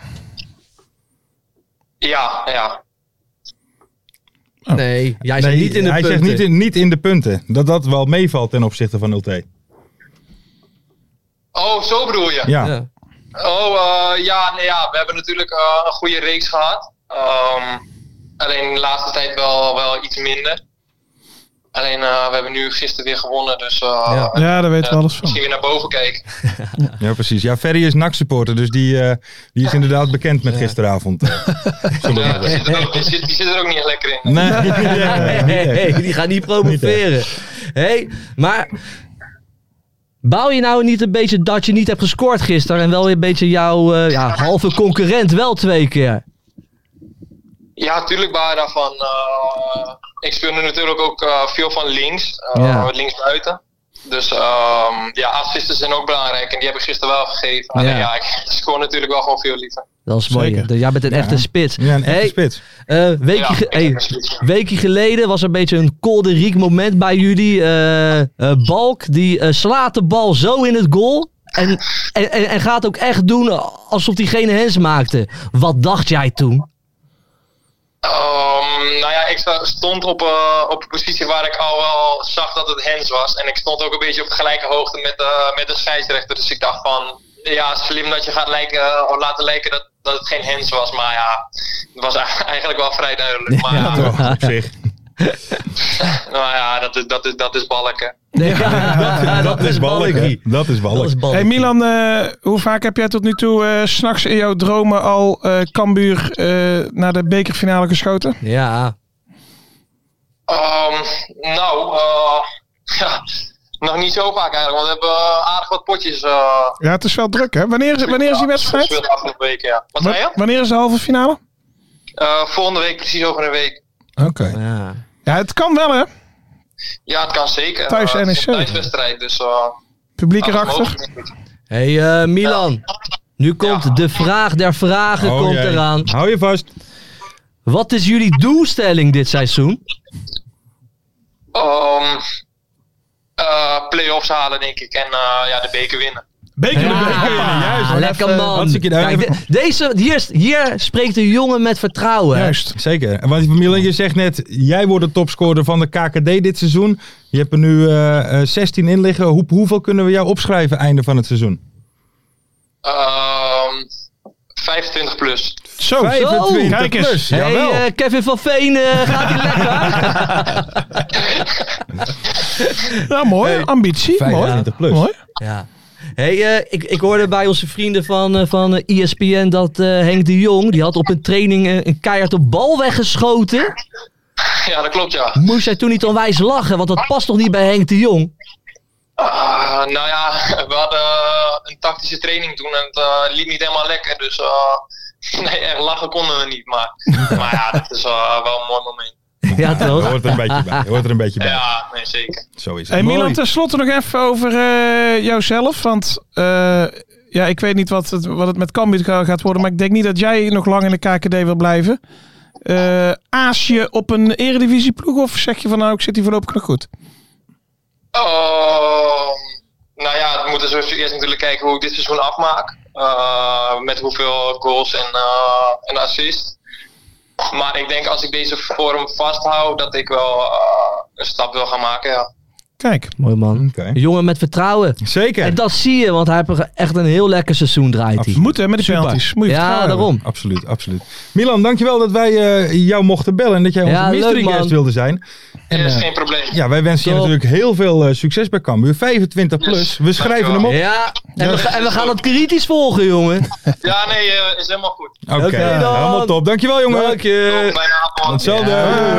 Ja, ja. Oh. Nee, jij zegt nee, niet in de hij punten. Hij zegt niet in, niet in de punten. Dat dat wel meevalt ten opzichte van Ulte. Oh, zo bedoel je? Ja. ja. Oh, uh, ja, nee, ja, we hebben natuurlijk uh, een goede reeks gehad. Um, alleen de laatste tijd wel, wel iets minder. Alleen uh, we hebben nu gisteren weer gewonnen, dus uh, ja. ja, daar weten we uh, alles van. Misschien weer naar boven kijken. Ja, precies. Ja, Ferry is N A C supporter, dus die, uh, die is inderdaad bekend met gisteravond. Uh, ja, die, zit er ook, die, zit, die zit er ook niet lekker in. Nee, nee, nee, nee, nee die gaat niet promoveren. Hé, hey, maar bouw je nou niet een beetje dat je niet hebt gescoord gisteren en wel weer een beetje jouw uh, ja, halve concurrent wel twee keer? Ja, tuurlijk bouw je daarvan. Uh, ik speel nu natuurlijk ook uh, veel van links, uh, ja. links buiten. Dus um, ja, assisten zijn ook belangrijk en die heb ik gisteren wel gegeven. Alleen ja, ja ik scoor natuurlijk wel gewoon veel liever. Dat is mooi. Zeker. Jij bent een ja. echte spits. Ja, een echte hey, spits. Uh, weekje, ja, ge- hey, spits, ja. weekje geleden was er een beetje een kolderiek moment bij jullie. Uh, uh, Balk, die uh, slaat de bal zo in het goal. En, en, en gaat ook echt doen alsof hij geen hands maakte. Wat dacht jij toen? Um, nou ja, ik stond op, uh, op een positie waar ik al wel zag dat het hands was. En ik stond ook een beetje op gelijke hoogte met, uh, met de scheidsrechter. Dus ik dacht van, ja, slim dat je gaat lijken, uh, laten lijken dat, dat het geen hands was. Maar ja, het was eigenlijk wel vrij duidelijk. Maar, ja, toch, op zich. Nou ja, dat is, dat is, dat is balken. Nee, ja, dat, dat, dat is balken. Dat is balken. Hey Milan, uh, hoe vaak heb jij tot nu toe uh, 's nachts in jouw dromen al uh, Cambuur uh, naar de bekerfinale geschoten? Ja. Um, nou, uh, ja, nog niet zo vaak eigenlijk, want we hebben uh, aardig wat potjes. Uh, ja, het is wel druk, hè? Wanneer, wanneer is die wedstrijd? De afgelopen week, ja. Wat zei je? Wanneer is de halve finale? Uh, volgende week, precies over een week. Oké. Okay. Ja. ja, het kan wel, hè? Ja, het kan zeker. Thuis uh, N E C. Thuiswedstrijd, dus... Uh, Publiek erachter. Hey uh, Milan, ja. nu komt ja. de vraag der vragen oh, komt jee. eraan. Hou je vast. Wat is jullie doelstelling dit seizoen? Um, uh, play-offs halen, denk ik. En uh, ja, de beker winnen. Beker, ja, beker winnen, juist. Lekker man. Kijk, de, deze, hier, hier spreekt een jongen met vertrouwen. Juist. Zeker. En wat Milan, je zegt net, jij wordt de topscorer van de K K D dit seizoen. Je hebt er nu uh, zestien in liggen. Hoe, hoeveel kunnen we jou opschrijven einde van het seizoen? Um, vijfentwintig plus. Zo, vijfentwintig Kijk eens. plus. Hey, uh, Kevin van Veen, uh, gaat hij lekker? Nou, mooi. Hey, ambitie. vijfentwintig plus. Mooi. Ja. Hey, uh, ik, ik hoorde bij onze vrienden van, uh, van E S P N dat uh, Henk de Jong, die had op een training uh, een keihard op bal weggeschoten. Ja, dat klopt, ja. Moest jij toen niet onwijs lachen, want dat past toch niet bij Henk de Jong? Uh, nou ja, we hadden uh, een tactische training toen en het uh, liep niet helemaal lekker. Dus uh, nee, echt lachen konden we niet. Maar, maar ja, dat is uh, wel een mooi moment. Ja, toch? Je hoort er een beetje bij. Je hoort er een beetje bij. Ja, nee, zeker. Zo is het. Hey, Mooi. Milan, tenslotte nog even over uh, jouzelf. Want uh, ja, ik weet niet wat het, wat het met Cambuur gaat worden. Maar ik denk niet dat jij nog lang in de K K D wil blijven. Uh, aas je op een eredivisieploeg of zeg je van nou, ik zit hier voorlopig nog goed? Uh, nou ja, we moeten sowieso eerst natuurlijk kijken hoe ik dit seizoen afmaak. Uh, met hoeveel goals en, uh, en assists. Maar ik denk als ik deze vorm vasthoud, dat ik wel uh, een stap wil gaan maken, ja. Kijk. Mooi man. Okay. Een jongen met vertrouwen. Zeker. En dat zie je, want hij heeft echt een heel lekker seizoen draait hij. Moet hè, met de Super. penalties. Moet je ja, vertrouwen daarom. hebben. Absoluut, absoluut. Milan, dankjewel dat wij uh, jou mochten bellen en dat jij Ja, onze mystery leuk, guest man. wilde zijn. En, Dat is uh, geen probleem. ja, wij wensen je Top. natuurlijk heel veel uh, succes bij Cambuur. vijfentwintig plus. Yes. We schrijven hem Dankjewel. op. Ja, en we, ga- en we gaan het kritisch volgen, jongen. Ja, nee, uh, is helemaal goed. Oké, Oké, dan. helemaal top. Dankjewel, jongen. Dank je. Tot bijna avond. Hetzelfde.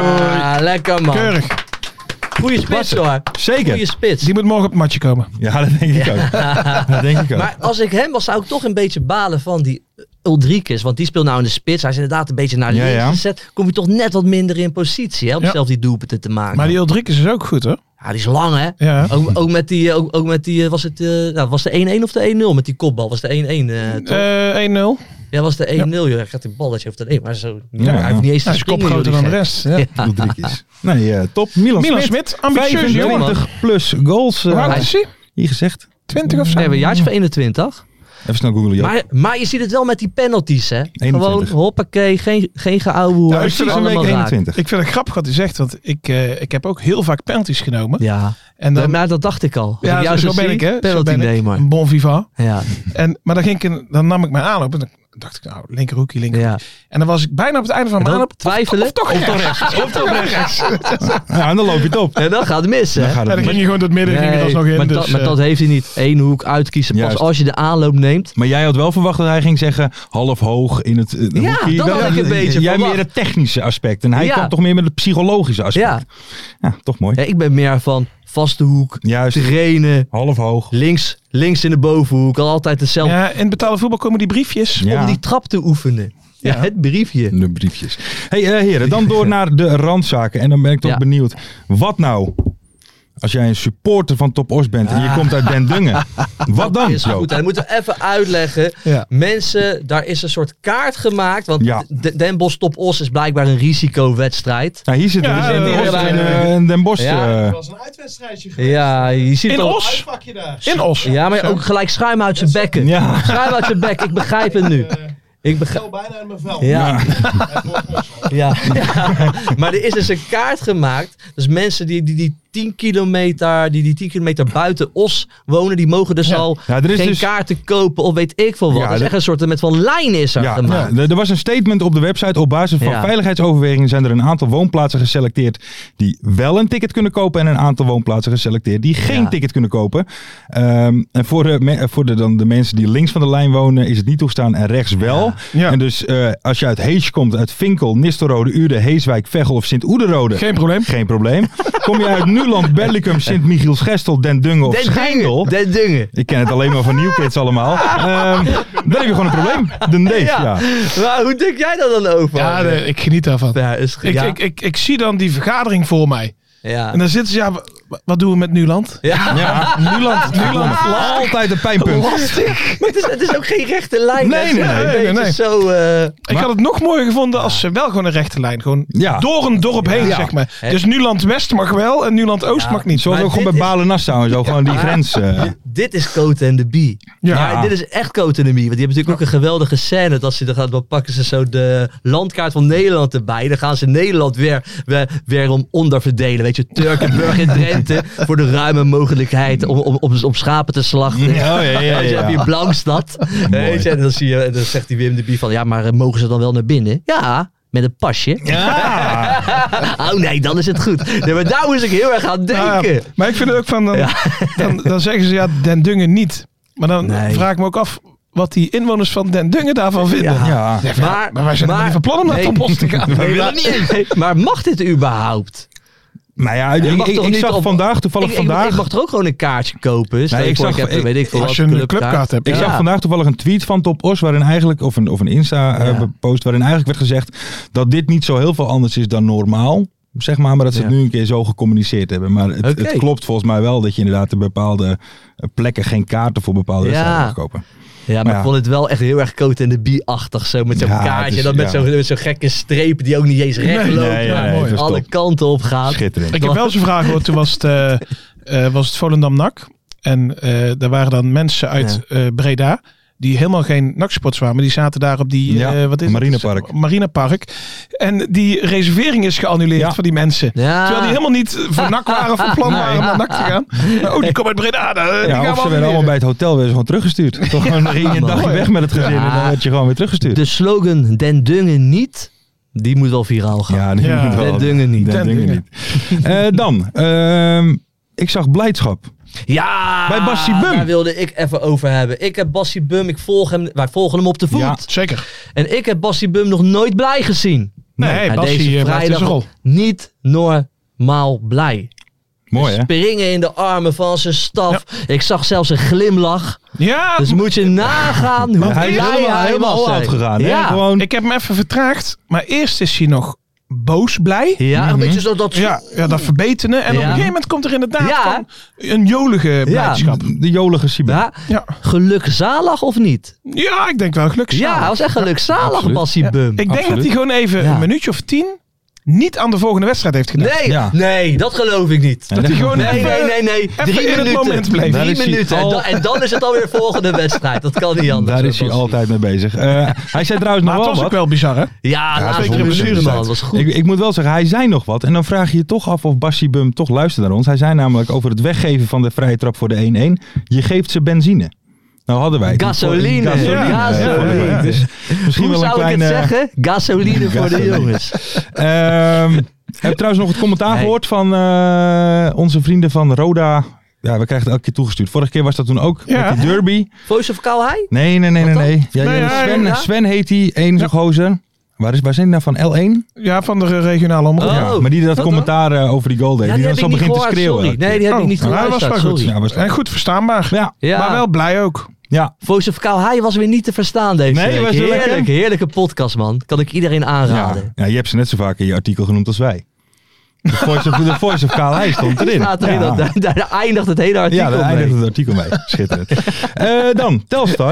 Ja, lekker man. Keurig. Goeie spits hoor. Zeker. Goeie spits. Die moet morgen op het matje komen. Ja, dat denk ik ook. Dat denk ik ook. Maar als ik hem was, zou ik toch een beetje balen van die Uldrikes. Want die speelt nou in de spits. Hij is inderdaad een beetje naar Ja, links ja. gezet. Kom je toch net wat minder in positie hè, om Ja. zelf die doelpunten te maken. Maar die Uldrikes is ook goed hoor. Ja, die is lang hè. Ja. Ook, ook met die, ook, ook met die, was het, uh, nou, was de één-één of de één-nul met die kopbal? Was de één-één uh, toch? Uh, één nul. Ja, was de één-nul. Joh. Ik had die bal dat je hoeft één, maar zo. Ja, hij heeft niet eens te Hij is springen, kopgroter joh, dan die de gek. rest. Ja. Ja. Ulrikes. Nee, uh, top. Milan, Milan Smit. Smit, ambitieus jongen. vijfentwintig plus goals. Uh, Hoe oud is hij? hier gezegd. twintig of zo? We hebben een jaartje van eenentwintig. Even snel googlen. Joop. Maar, maar je ziet het wel met die penalties, hè? eenentwintig. Gewoon hoppakee, geen, geen geouwe. Ja, ik vind het een week eenentwintig. Ik vind het grappig wat hij zegt, want ik, uh, ik heb ook heel vaak penalties genomen. Ja, En dan, maar dat dacht ik al. Als ja, ik jou zo, zo ben zie, ik hè. Zo penalty ben ik. nemen. Een bon vivant. Ja, En, maar dan, ging ik in, dan nam ik mijn aanloop en dan dacht ik, nou, linkerhoekje, linkerhoekje. ja. En dan was ik bijna op het einde van En mijn dan aanloop. twijfelen. Of toch rechts. Of toch rechts. Ja, en dan loop je het op. En dan gaat het mis, hè? Dan gaat En het dan mis. ging je gewoon door het midden, ging er alsnog in. maar, Dus, dat, maar uh, dat heeft hij niet. Eén hoek uitkiezen. Pas Juist. als je de aanloop neemt. Maar jij had wel verwacht dat hij ging zeggen half hoog in het uh, Ja, hoekje. dat Wel, had ik een beetje Jij verwacht. meer het technische aspect. En hij Ja. kwam toch meer met het psychologische aspect. Ja. Ja, toch mooi. Ja, ik ben meer van vaste hoek, Juist. trainen, Half hoog. links, links in de bovenhoek. Al altijd hetzelfde. ja, in betaalde voetbal komen die briefjes. Ja. Om die trap te oefenen. Ja, Ja. het briefje. De briefjes. Hey uh, heren, dan door naar de randzaken. En dan ben ik toch Ja. benieuwd. Wat nou als jij een supporter van Top Os bent en je komt uit Den Dungen? Wat dan? Is Joop? goed. En moeten we even uitleggen. Ja. Mensen, daar is een soort kaart gemaakt. Want Ja. D- Den Bosch Top Os is blijkbaar een risicowedstrijd. Nou, hier zit er Ja, dus in, eh, Os, ja, in, ja. uh, in Den Bosch. Ja. uh, Het was een uitwedstrijdje geweest. Ja, je ziet In al. Os? Uitvakje daar. In Os. Ja, maar ook gelijk schuim uit zijn bekken. Ja. Schuim uit zijn bek. Ik begrijp het nu. Uh, Ik begrijp. Zo bijna in mijn vel. Ja. Het wordt Os al. Ja. Ja. Maar er is dus een kaart gemaakt. Dus mensen die die, die tien kilometer, die die tien kilometer buiten Os wonen, die mogen dus Ja. al Ja, er is geen dus- kaarten kopen of weet ik veel wat. Ja, dat is dat- echt een soort met van lijn is er Ja, gemaakt. ja, er er was een statement op de website. Op basis van Ja. veiligheidsoverwegingen zijn er een aantal woonplaatsen geselecteerd die wel een ticket kunnen kopen. En een aantal woonplaatsen geselecteerd die geen Ja. ticket kunnen kopen. Ehm, en voor, de, me- voor de, dan de mensen die links van de lijn wonen is het niet toegestaan en rechts wel. Ja. En dus eh, als je uit Hees komt, uit Vinkel, Nistelrode, Uden, Heeswijk, Veghel of Sint-Oederode. Geen probleem. Geen probleem. Kom je uit Nuland, Bellicum, Sint-Michiels-Gestel, Den Dungen of Den Schijndel. Dungen. Den Dungen. Ik ken het alleen maar van Nieuwkids allemaal. Ehm, dan heb je gewoon een probleem. Den Dave, ja. Ja. Maar hoe denk jij daar dan over? Ja, de- ik geniet daarvan. Ja, is, Ik, ja. ik, ik, ik zie dan die vergadering voor mij. ja. En dan zitten ze, ja, wa- wat doen we met Nuland? Ja. Ja. Nuland, Nuland. Altijd een pijnpunt. Lastig. Maar het is, het is ook geen rechte lijn. Nee, hè? nee, Het is nee, een nee, beetje nee. Zo, eh, Ik had het nog mooier gevonden als ze wel gewoon een rechte lijn. Gewoon Ja. door een dorp heen, Ja. zeg maar. Hè? Dus Nuland West mag wel en Nuland Oost Ja. mag niet. Zoals Maar ook gewoon dit bij is- Balen-Nassau en zo. Gewoon die Ja. grens. eh. dit is Cote en de Bie. Ja. Maar dit is echt Cote en de Bie. Want die hebben natuurlijk ook een geweldige scène. Dat ze, dan, gaan, dan pakken ze zo de landkaart van Nederland erbij. Dan gaan ze Nederland weer, weer, weer om onderverdelen. Weet je, Turkenburg in Drenthe. Voor de ruime mogelijkheid om, om, om, om schapen te slachten. Oh, ja, ja, ja, Weet je, ja. heb je Blauwstad. Weet je, en dan, zie je, en dan zegt die Wim de Bie van... Ja, maar eh, mogen ze dan wel naar binnen? Ja, met een pasje. Ja. Oh nee, dan is het goed. Nee, maar daar moest ik heel erg aan denken. Ja, maar ik vind het ook van, dan, Ja. dan, dan zeggen ze ja, Den Dungen niet. Maar dan Nee. vraag ik me ook af wat die inwoners van Den Dungen daarvan vinden. Ja. Ja. Ja, maar, maar wij zijn helemaal niet van plan om naar nee. Top Os te gaan. Nee, maar, nee, maar mag dit überhaupt? Nou ja, Je ik, mag ik, toch ik niet zag op- vandaag, toevallig ik, ik, vandaag... Ik mag er ook gewoon een kaartje kopen. Stel Nee, je ik voor, zag- ik heb, ik- weet ik veel als wat, je een clubkaart hebt. Ik Ja. zag vandaag toevallig een tweet van Top Os waarin eigenlijk, of een, of een Ja. Insta-post waarin eigenlijk werd gezegd dat dit niet zo heel veel anders is dan normaal. zeg maar. Maar dat ze het Ja. nu een keer zo gecommuniceerd hebben. Maar het, Oké. het klopt volgens mij wel dat je inderdaad op bepaalde plekken geen kaarten voor bepaalde Ja. wedstrijden mag kopen. Ja, maar Maar ja. ik vond het wel echt heel erg coat in de bie-achtig. Zo met zo'n Ja, kaartje. het is- en dan met ja. zo'n met zo'n gekke streep die ook niet eens recht Nee, loopt. nee, ja, maar nee, het was alle top. kanten op gaat. Schitterend. Ik heb wel eens een vraag gehoord. Toen was het, eh, eh, was het Volendam-N A C. En eh daar waren dan mensen uit eh, Breda. Die helemaal geen N A C-sports waren. Maar die zaten daar op die... Ja, eh, wat is Marinepark. Het? Marinepark. En die reservering is geannuleerd Ja. voor die mensen. Ja. Terwijl die helemaal niet voor N A C waren of van plan Nee. waren om naar N A C te gaan. Oh, die komen uit Breda. Die gaan Ja, we of ze werden annuleren. allemaal bij het hotel weer gewoon teruggestuurd. Toch gewoon ging je een dagje mooi. weg met het gezin Ja. en dan werd je gewoon weer teruggestuurd. De slogan Den Dungen niet, die moet wel viraal gaan. Ja, die Ja. moet wel. Den Dungen niet. Den Den Dungen Dungen. niet. Eh, dan, ehm, ik zag blijdschap. Ja, Bij Bassie Bum. daar wilde ik even over hebben. Ik heb Bassie Bum, ik volg hem, wij volgen hem op de voet. Ja. Zeker. En ik heb Bassie Bum nog nooit blij gezien. Nee, Maar Bassie deze eh, maakt vrijdag zijn rol. niet normaal blij. Mooi hè? Springen in de armen van zijn staf. Ik zag zelfs een glimlach. Ja, Dus moet je nagaan hoe Hij is blij helemaal, hij helemaal was. all out hè. gegaan. Hè? Ja. Gewoon, ik heb hem even vertraagd. Maar eerst is hij nog boos blij. Ja, een beetje zo dat... Ja, ja, dat verbetenen. En op Ja. een gegeven moment komt er inderdaad Ja. van een jolige blijdschap. de jolige Siebe. Ja, Ja. gelukzalig of niet? Ja, ik denk wel gelukkig. Ja, hij was echt gelukzalig, absoluut. Bassie Bum. Ik denk Absoluut. dat hij gewoon even Ja. een minuutje of tien niet aan de volgende wedstrijd heeft gedacht. Nee, Ja. nee, dat geloof ik niet. Dat hij gewoon Nee, even, nee, nee, nee. even Drie in het minuten. moment bleef. Daar Drie is hij minuten. En, al- dan, en dan is het alweer volgende wedstrijd. Dat kan niet anders. Daar is hij Bassie. altijd mee bezig. Eh, hij zei trouwens Maar nog het wel was ook wat. wel bizar, hè? Ja, laatste zeker in blessure, blessuretijd. man. Dat was goed. Ik, ik moet wel zeggen, hij zei nog wat. En dan vraag je je toch af of Bassie Bum toch luistert naar ons. Hij zei namelijk over het weggeven van de vrije trap voor de één-één. Je geeft ze benzine. Nou hadden wij. het. Gasoline. Gasoline. Ja, gasoline. Ja, ja, dus misschien Hoe wel een zou kleine... ik het zeggen? Gasoline voor de Gasoline. jongens. Ehm, ik heb trouwens nog het commentaar Nee. gehoord van eh, onze vrienden van Roda. Ja, we krijgen het elke keer toegestuurd. Vorige keer was dat toen ook Ja. met die derby. Voice of Kauhai? Nee, nee, nee, nee. Wat dan? nee. Ja, Nee, ja, ja, Sven, ja. Sven heet hij, één zo'n gozer. Waar, is, waar zijn die nou van? L één? Ja, van de regionale omroep. Oh. Ja, maar die dat wat commentaar eh, over die goal deed. Ja, die die dan heb zo ik niet begint te gehoord, schreeuwen. sorry. Nee, die heb ik Oh, niet nou, dat geluisterd, was wel goed. sorry. Ja, was En goed verstaanbaar. Ja, Ja. Maar wel blij ook. ja. Voice of Kauhai was weer niet te verstaan deze Nee, week. was wel lekker. Heerlijk, heerlijke podcast, man. Kan ik iedereen Ja. aanraden. ja, je hebt ze net zo vaak in je artikel genoemd als wij. De Voice of, de voice of Kaalij stond erin. Staat erin, Ja. dat, daar, daar eindigt het hele artikel Ja, daar mee. eindigt het artikel mee. Schitterend. Eh, dan, Telstar.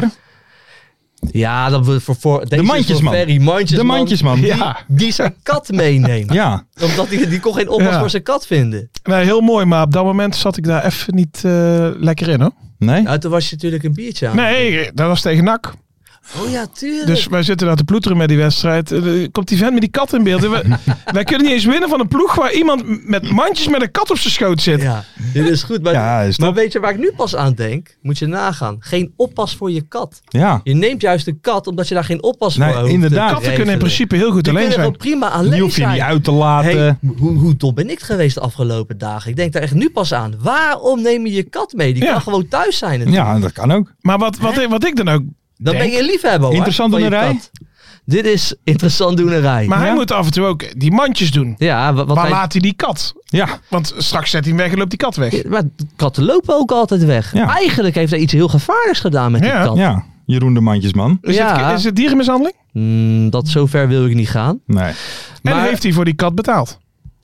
Ja, dat we voor, voor deze is mandjesman. voor Ferry, mandjesman. De mandjesman. Die, Ja. die zijn kat meeneemt. Ja, Omdat die, die kon geen oppas Ja. voor zijn kat vinden. Nee, heel mooi, maar op dat moment zat ik daar even niet eh, lekker in, hoor. nee? Ja, toen was je natuurlijk een biertje aan. Nee, dat was tegen N A C. Oh ja, tuurlijk. Dus wij zitten daar te ploeteren met die wedstrijd. Er komt die vent met die kat in beeld. En we- wij kunnen niet eens winnen van een ploeg waar iemand met mandjes met een kat op zijn schoot zit. Ja, dit is goed. Maar, Ja, is maar top. weet je waar ik nu pas aan denk? Moet je nagaan. Geen oppas voor je kat. Ja. Je neemt juist een kat omdat je daar geen oppas Nee, voor hoeft inderdaad. te Katten kunnen in regelen. principe heel goed Die alleen kunnen zijn. gewoon prima alleen Die hoef je zijn. niet uit te laten. Hey, hoe, hoe dom ben ik geweest de afgelopen dagen? Ik denk daar echt nu pas aan. Waarom neem je je kat mee? Die Ja. kan gewoon thuis zijn natuurlijk. Ja, dat kan ook. Maar wat, wat, ik, wat ik dan ook Dan denk, ben je een liefhebber hoor. Interessant van je doenerij? kat. Dit is interessant doenerij. Maar hij Ja? moet af en toe ook die mandjes doen. ja, wa- wat Waar hij- laat hij die kat? Ja, Want straks zet hij hem weg en loopt die kat weg. maar katten lopen ook altijd weg. Ja. Eigenlijk heeft hij iets heel gevaarlijks gedaan met die Ja. kat. ja. Jeroen de Mandjesman. Is, Ja. het, is het dierenmishandeling? Mm, dat zover wil ik niet gaan. Nee. En Maar heeft hij voor die kat betaald?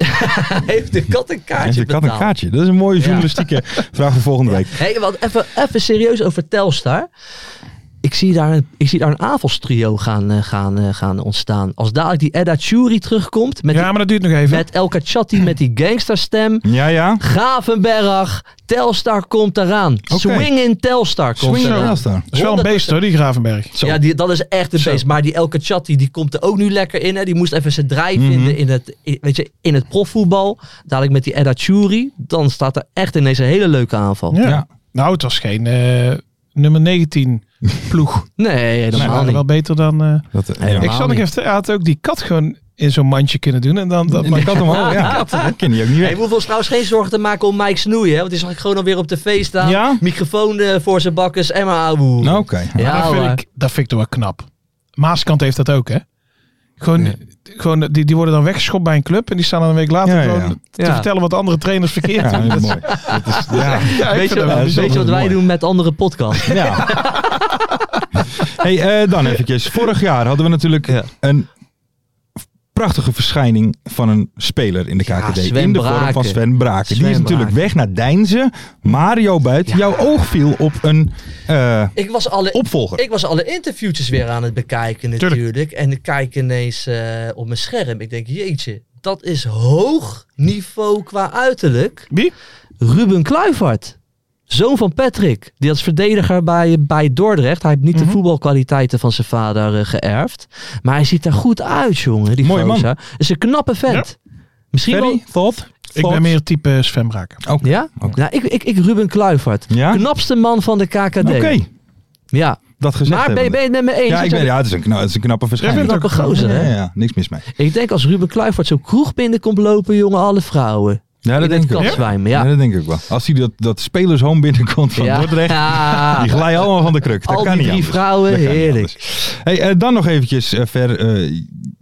heeft de kat een kaartje Heeft de kat een betaald? kaartje? Dat is een mooie journalistieke vraag voor volgende week. Hey, wat even, even serieus over Telstar. Ik zie daar een, ik zie daar een avondstrio gaan, eh, gaan, eh, gaan ontstaan. Als dadelijk die Edda Churi terugkomt. Met, Ja, die, maar dat duurt nog even. met El Kachati met die gangsterstem. Ja, ja. Gravenberg. Telstar komt eraan. Oké. Swing in Telstar komt Swing in eraan. Telstar. Dat is wel een beest hoor, die Gravenberg. Zo. Ja, die, dat is echt een Zo. beest. Maar die El Kachati, die komt er ook nu lekker in. Hè. Die moest even zijn draai Mhm. vinden in het, in- weet je, in het profvoetbal. Dadelijk met die Edda Churi. Dan staat er echt ineens een hele leuke aanval. Ja. Ja. Nou, het was geen eh, nummer negentien ploeg. Nee, helemaal Ze waren niet. wel beter dan... eh, Dat, eh, Helemaal ja. ik zal nog niet. even... Hij had ook die kat gewoon in zo'n mandje kunnen doen. En dan dat In de kat omhoog, ja. Dat ken je ook niet Hey, weg. we hoeven ons trouwens geen zorgen te maken om Mike Snoeien. Hè? Want die zag ik gewoon alweer op tv staan. Ja? Microfoon eh, voor zijn bakkes en maar ouwe. Nou, oké. Ja, dat, vind hoor. ik, dat vind ik toch wel knap. Maaskant heeft dat ook, hè? Gewoon, gewoon die, die worden dan weggeschopt bij een club. En die staan dan een week later Ja, ja, ja. gewoon te Ja. vertellen wat andere trainers verkeerd Ja, doen. dat is Dat mooi. Dat is, ja. Ja, ik Weet vind je, dat wel weet bijzonder. je wat wij mooi. doen met andere podcasts? Ja. Hey, eh, dan eventjes. Vorig jaar hadden we natuurlijk Ja. een prachtige verschijning van een speler in de K K D. Ja, Sven in de vorm Braken. van Sven Braken. Sven Die is natuurlijk Braken. weg naar Deinze. Mario Buit, Ja. jouw oog viel op een uh, Ik was alle, opvolger. ik was alle interviewtjes weer aan het bekijken natuurlijk. En ik kijk ineens uh, op mijn scherm. Ik denk, jeetje, dat is hoog niveau qua uiterlijk. Wie? Ruben Kluivert. Zoon van Patrick. Die als verdediger bij, bij Dordrecht. Hij heeft niet Mm-hmm. de voetbalkwaliteiten van zijn vader uh, geërfd. Maar hij ziet er goed uit, jongen. Die Mooie man. gozer. Is een knappe vent. Misschien wel... Ferry, thought? Ik ben meer type Sven Braken. Oké. Ja? Oké. Nou, ik, ik, ik Ruben Kluivert. Ja? Knapste man van de K K D. Oké, Ja. dat gezegd Maar ben, je- hebbende. ben je het met me eens? Ja, ik Ik ben, zeg- ja het, is een, kna- het is een knappe verschijning. vindt het ook een gozer, ja, hè? ja, ja, niks mis mee. Ik denk als Ruben Kluivert zo kroeg binnenkomt lopen, jongen, alle vrouwen. Ja, dat in denk het ik ook. katzwijmen, Ja, ja. dat denk ik wel. Als hij dat, dat spelershome binnenkomt van Ja. Dordrecht, Ja. die glijden allemaal van de kruk. Dat Al kan die niet drie anders. vrouwen, Dat kan niet heerlijk. anders. Hey, uh, dan nog eventjes uh, ver uh,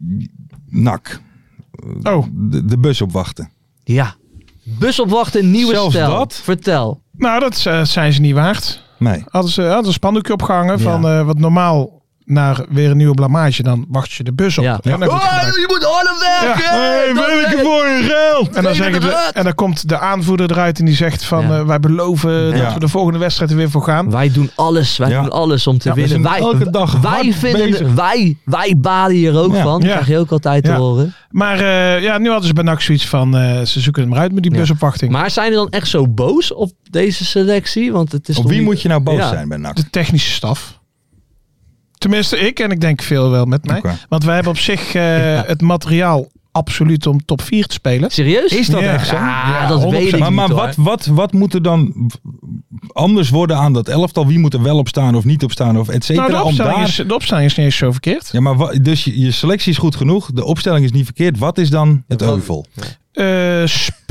N A C. Oh, De, de bus opwachten. Ja. Bus opwachten, nieuwe Zelfs stijl. dat? Vertel. nou dat uh, zijn ze niet waard. Nee. Hadden ze hadden een spandoekje opgehangen Ja. van uh, wat normaal naar weer een nieuwe blamage. Dan wacht je de bus op. Ja. En dan, wordt gedacht- je moet harder werken! Hey, Dat werken werkt. voor je geld! en, dan Tegen zeggen de de, rat. en dan komt de aanvoerder eruit en die zegt van Ja. uh, wij beloven Ja. dat we de volgende wedstrijd er weer voor gaan. Wij doen alles, wij Ja. doen alles om te Ja, we winnen. zijn Wij, elke dag wij hard vinden, bezig. wij, wij baden hier ook Ja. van. Ja. Krijg je ook altijd te Ja. horen. Maar uh, ja, nu hadden ze bij N A C zoiets van uh, ze zoeken hem eruit met die Ja. busopwachting. Maar zijn ze dan echt zo boos op deze selectie? Want het is Op toch wie niet- moet je nou boos Ja. zijn bij N A C? De technische staf. Tenminste, ik en ik denk veel wel met mij. Oké. Want wij hebben op zich uh, het materiaal absoluut om top vier te spelen. Serieus? Is dat Ja. echt zo? Ja, Ja, dat honderd weet ik Maar, niet maar hoor. wat, wat, wat moet er dan anders worden aan dat elftal? Wie moet er wel op staan of niet op staan of et cetera? Nou, de om opstelling, daar... is, de opstelling is niet eens zo verkeerd. Ja, maar wa- dus je, je selectie is goed genoeg. De opstelling is niet verkeerd. Wat is dan het Ja, wat- euvel? Uh,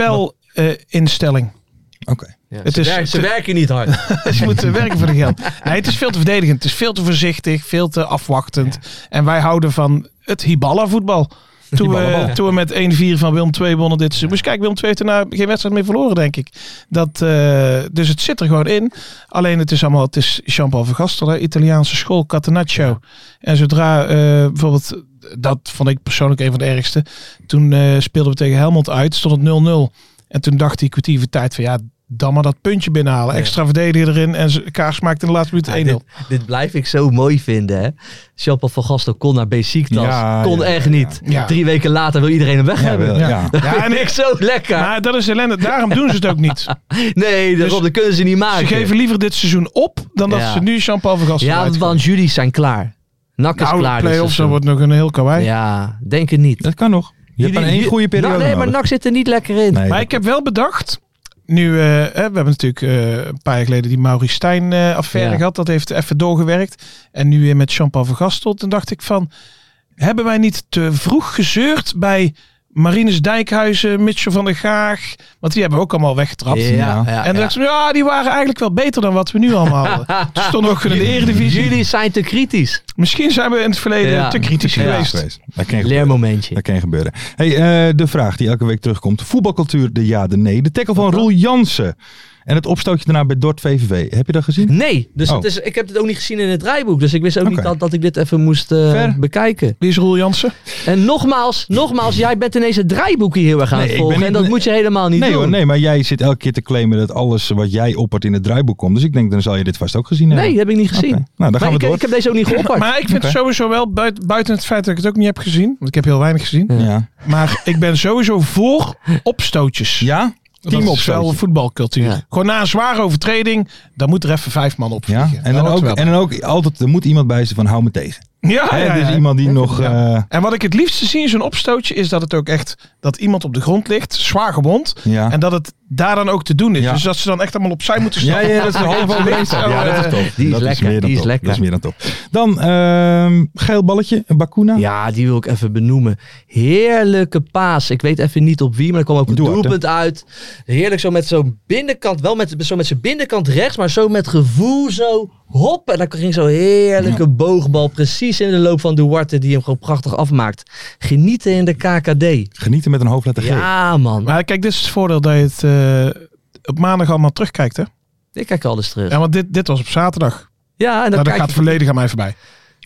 Spelinstelling. Oké. Ja, Het ze, is- werken, ze het- werken niet hard. Ze moeten werken voor de geld. Nee, het is veel te verdedigend. Het is veel te voorzichtig. Veel te afwachtend. En wij houden van het Hiballa voetbal. Toen we, Hiballa-bal. toen we met één vier van Willem twee wonnen dit seizoen. Moest je kijken, Willem twee heeft daarna geen wedstrijd meer verloren, denk ik. Dat, uh, dus het zit er gewoon in. Alleen het is allemaal, het is Jean-Paul van Gastel, hè, Italiaanse school, Catenaccio. En zodra uh, bijvoorbeeld, dat vond ik persoonlijk een van de ergste. Toen uh, speelden we tegen Helmond uit, stond het nul nul. En toen dacht hij kwartier voor tijd van ja, dan maar dat puntje binnenhalen. Ja. Extra verdediger erin en ze- Kaars maakte in de laatste minuut één nul. dit, dit blijf ik zo mooi vinden. hè. Jean-Paul van Gastel kon naar Besiktas. Ja, kon ja, echt ja, niet. ja. Drie weken later wil iedereen hem weg Ja, hebben. wel, ja. Dat Ja, vind en ik zo lekker. Maar dat is ellende. Daarom doen ze het ook niet. nee, daarom, Dus dat kunnen ze niet maken. Ze geven liever dit seizoen op dan dat Ja. ze nu Jean-Paul van Gastel ja, eruit want jullie zijn klaar. Nak is Nou, klaar. de dit play-offs, dat seizoen. wordt nog een heel kawaii. Ja, denk het niet. Dat kan nog. Je hebt maar één goede periode Nou, nee, maar nodig. Nak zit er niet lekker in. Nee, Maar dat- ik heb wel bedacht, nu, uh, hè, we hebben natuurlijk uh, een paar jaar geleden die Maurice Stijn uh, affaire Ja. gehad. Dat heeft even doorgewerkt. En nu weer met Jean-Paul van Gastel. Toen dacht ik van, hebben wij niet te vroeg gezeurd bij Marinus Dijkhuizen, Mitchell van der Gaag? Want die hebben we ook allemaal weggetrapt. Ja, ja, ja. En dan dacht ik, ja, die waren eigenlijk wel beter dan wat we nu allemaal hadden. Ze stonden ook in de Eredivisie. Jullie zijn te kritisch. Misschien zijn we in het verleden Ja. te kritisch Ja. geweest. Dat kan gebeuren. Leermomentje. Dat kan gebeuren. Hey, uh, de vraag die elke week terugkomt. Voetbalcultuur, de ja, de nee. De tackle van Roel Jansen. En het opstootje daarna bij Dort V V V. Heb je dat gezien? Nee, dus Oh. het is, ik heb het ook niet gezien in het draaiboek. Dus ik wist ook Oké. niet dat, dat ik dit even moest uh, Ver. bekijken. Wie is Roel Jansen? En nogmaals, nogmaals, jij bent ineens het draaiboek hier heel erg aan Nee, het ik ben volgen. niet- En dat nee. moet je helemaal niet Nee doen. hoor, nee, maar jij zit elke keer te claimen dat alles wat jij oppert in het draaiboek komt. Dus ik denk, dan zal je dit vast ook gezien hebben. Nee, dat heb ik niet gezien. Oké. Nou, dan gaan Maar we ik, door. ik heb deze ook niet geopperd. Maar ik vind Oké. sowieso wel, buiten, buiten het feit dat ik het ook niet heb gezien. Want ik heb heel weinig gezien. Ja. Maar ik ben sowieso voor opstootjes. Ja? Dat is wel Teamopstootje. voetbalcultuur. Ja. Gewoon na een zware overtreding, dan moet er even vijf man op Ja, vliegen. en dan, Dat ook, wel. en dan ook altijd, er moet iemand bij zijn van hou me tegen. ja, Hè, ja, dus ja. iemand die nog... Ja. eh, En wat ik het liefste zie in zo'n opstootje is dat het ook echt, dat iemand op de grond ligt, zwaar gewond. ja. En dat het daar dan ook te doen is. Ja. Dus dat ze dan echt allemaal opzij moeten Ja, staan. ja, dat is een half overeenstap. Ja, dat is top. Die is dat lekker, meer dan die is top. lekker. Dat is meer dan top. Dan, ehm geel balletje, Bakuna. Ja, die wil ik even benoemen. Heerlijke paas. Ik weet even niet op wie, maar er kwam ook een Duarte. doelpunt uit. Heerlijk zo met zo'n binnenkant, wel met, zo met zijn binnenkant rechts, maar zo met gevoel zo hop. En dan ging zo'n heerlijke boogbal precies in de loop van Duarte die hem gewoon prachtig afmaakt. Genieten in de K K D. Genieten met een hoofdletter G. Ja, man. Maar kijk, dit is het voordeel dat je het uh, op maandag allemaal terugkijkt. Hè? Ik kijk alles terug. Ja, want dit, dit was op zaterdag. Ja, en dan Nou, dat kijk gaat je- volledig aan mij voorbij.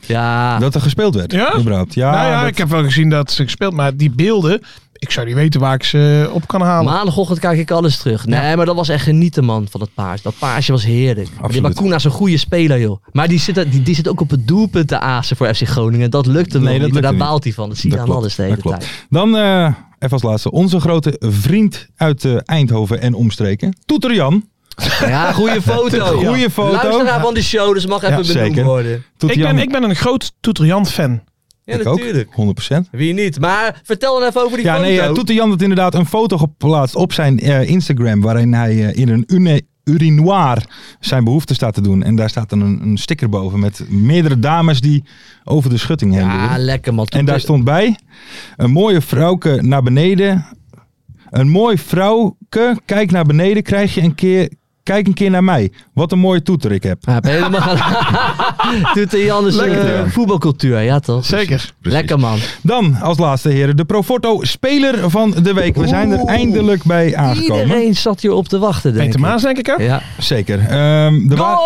Ja. Dat er gespeeld werd. Ja? Überhaupt. Ja, nou ja, dat- ik heb wel gezien dat ze gespeeld, maar die beelden, ik zou niet weten waar ik ze op kan halen. Maandagochtend kijk ik alles terug. Nee, maar dat was echt genieten, man, van dat paars. Dat paarsje was heerlijk. Maar die Absoluut. Bakuna is een goede speler, joh. Maar die zit, die, die zit ook op het doelpunt te azen voor F C Groningen. Dat lukt hem Nee, nog dat niet. En lukt daar hem niet. baalt hij van. Dat zie je Dat aan klopt, alles de hele dat klopt. tijd. Dan eh, even als laatste. Onze grote vriend uit eh, Eindhoven en omstreken. Toeter Jan. Ja, goede foto. Goeie foto. Luisteraar van de show, dus mag even benoemd zeker. worden. Toeter Ik ben, Jan. ik ben een groot Toeter Jan fan. Ja, ik ook. natuurlijk. honderd procent. Wie niet? Maar vertel dan even over die Ja, foto. nee, uh, Toeter Jan had inderdaad een foto geplaatst op zijn eh, Instagram. Waarin hij eh, in een une- urinoir zijn behoefte staat te doen. En daar staat dan een, een sticker boven met meerdere dames die over de schutting heen Ja, doen. lekker man. En daar stond bij, een mooie vrouwke naar beneden. Een mooi vrouwke, kijk naar beneden, krijg je een keer... Kijk een keer naar mij. Wat een mooie toeter ik heb. Ja, heb je helemaal gelijk. Doet de Jan dus Lekker, uh, ja. voetbalcultuur, ja toch? Zeker. Precies. Lekker man. Dan als laatste heren, de Proforto speler van de week. We zijn er Oeh. eindelijk bij aangekomen. Iedereen zat hier op te wachten, denk Peter ik. Maas denk ik ook. Ja. Zeker. Ehm de wa-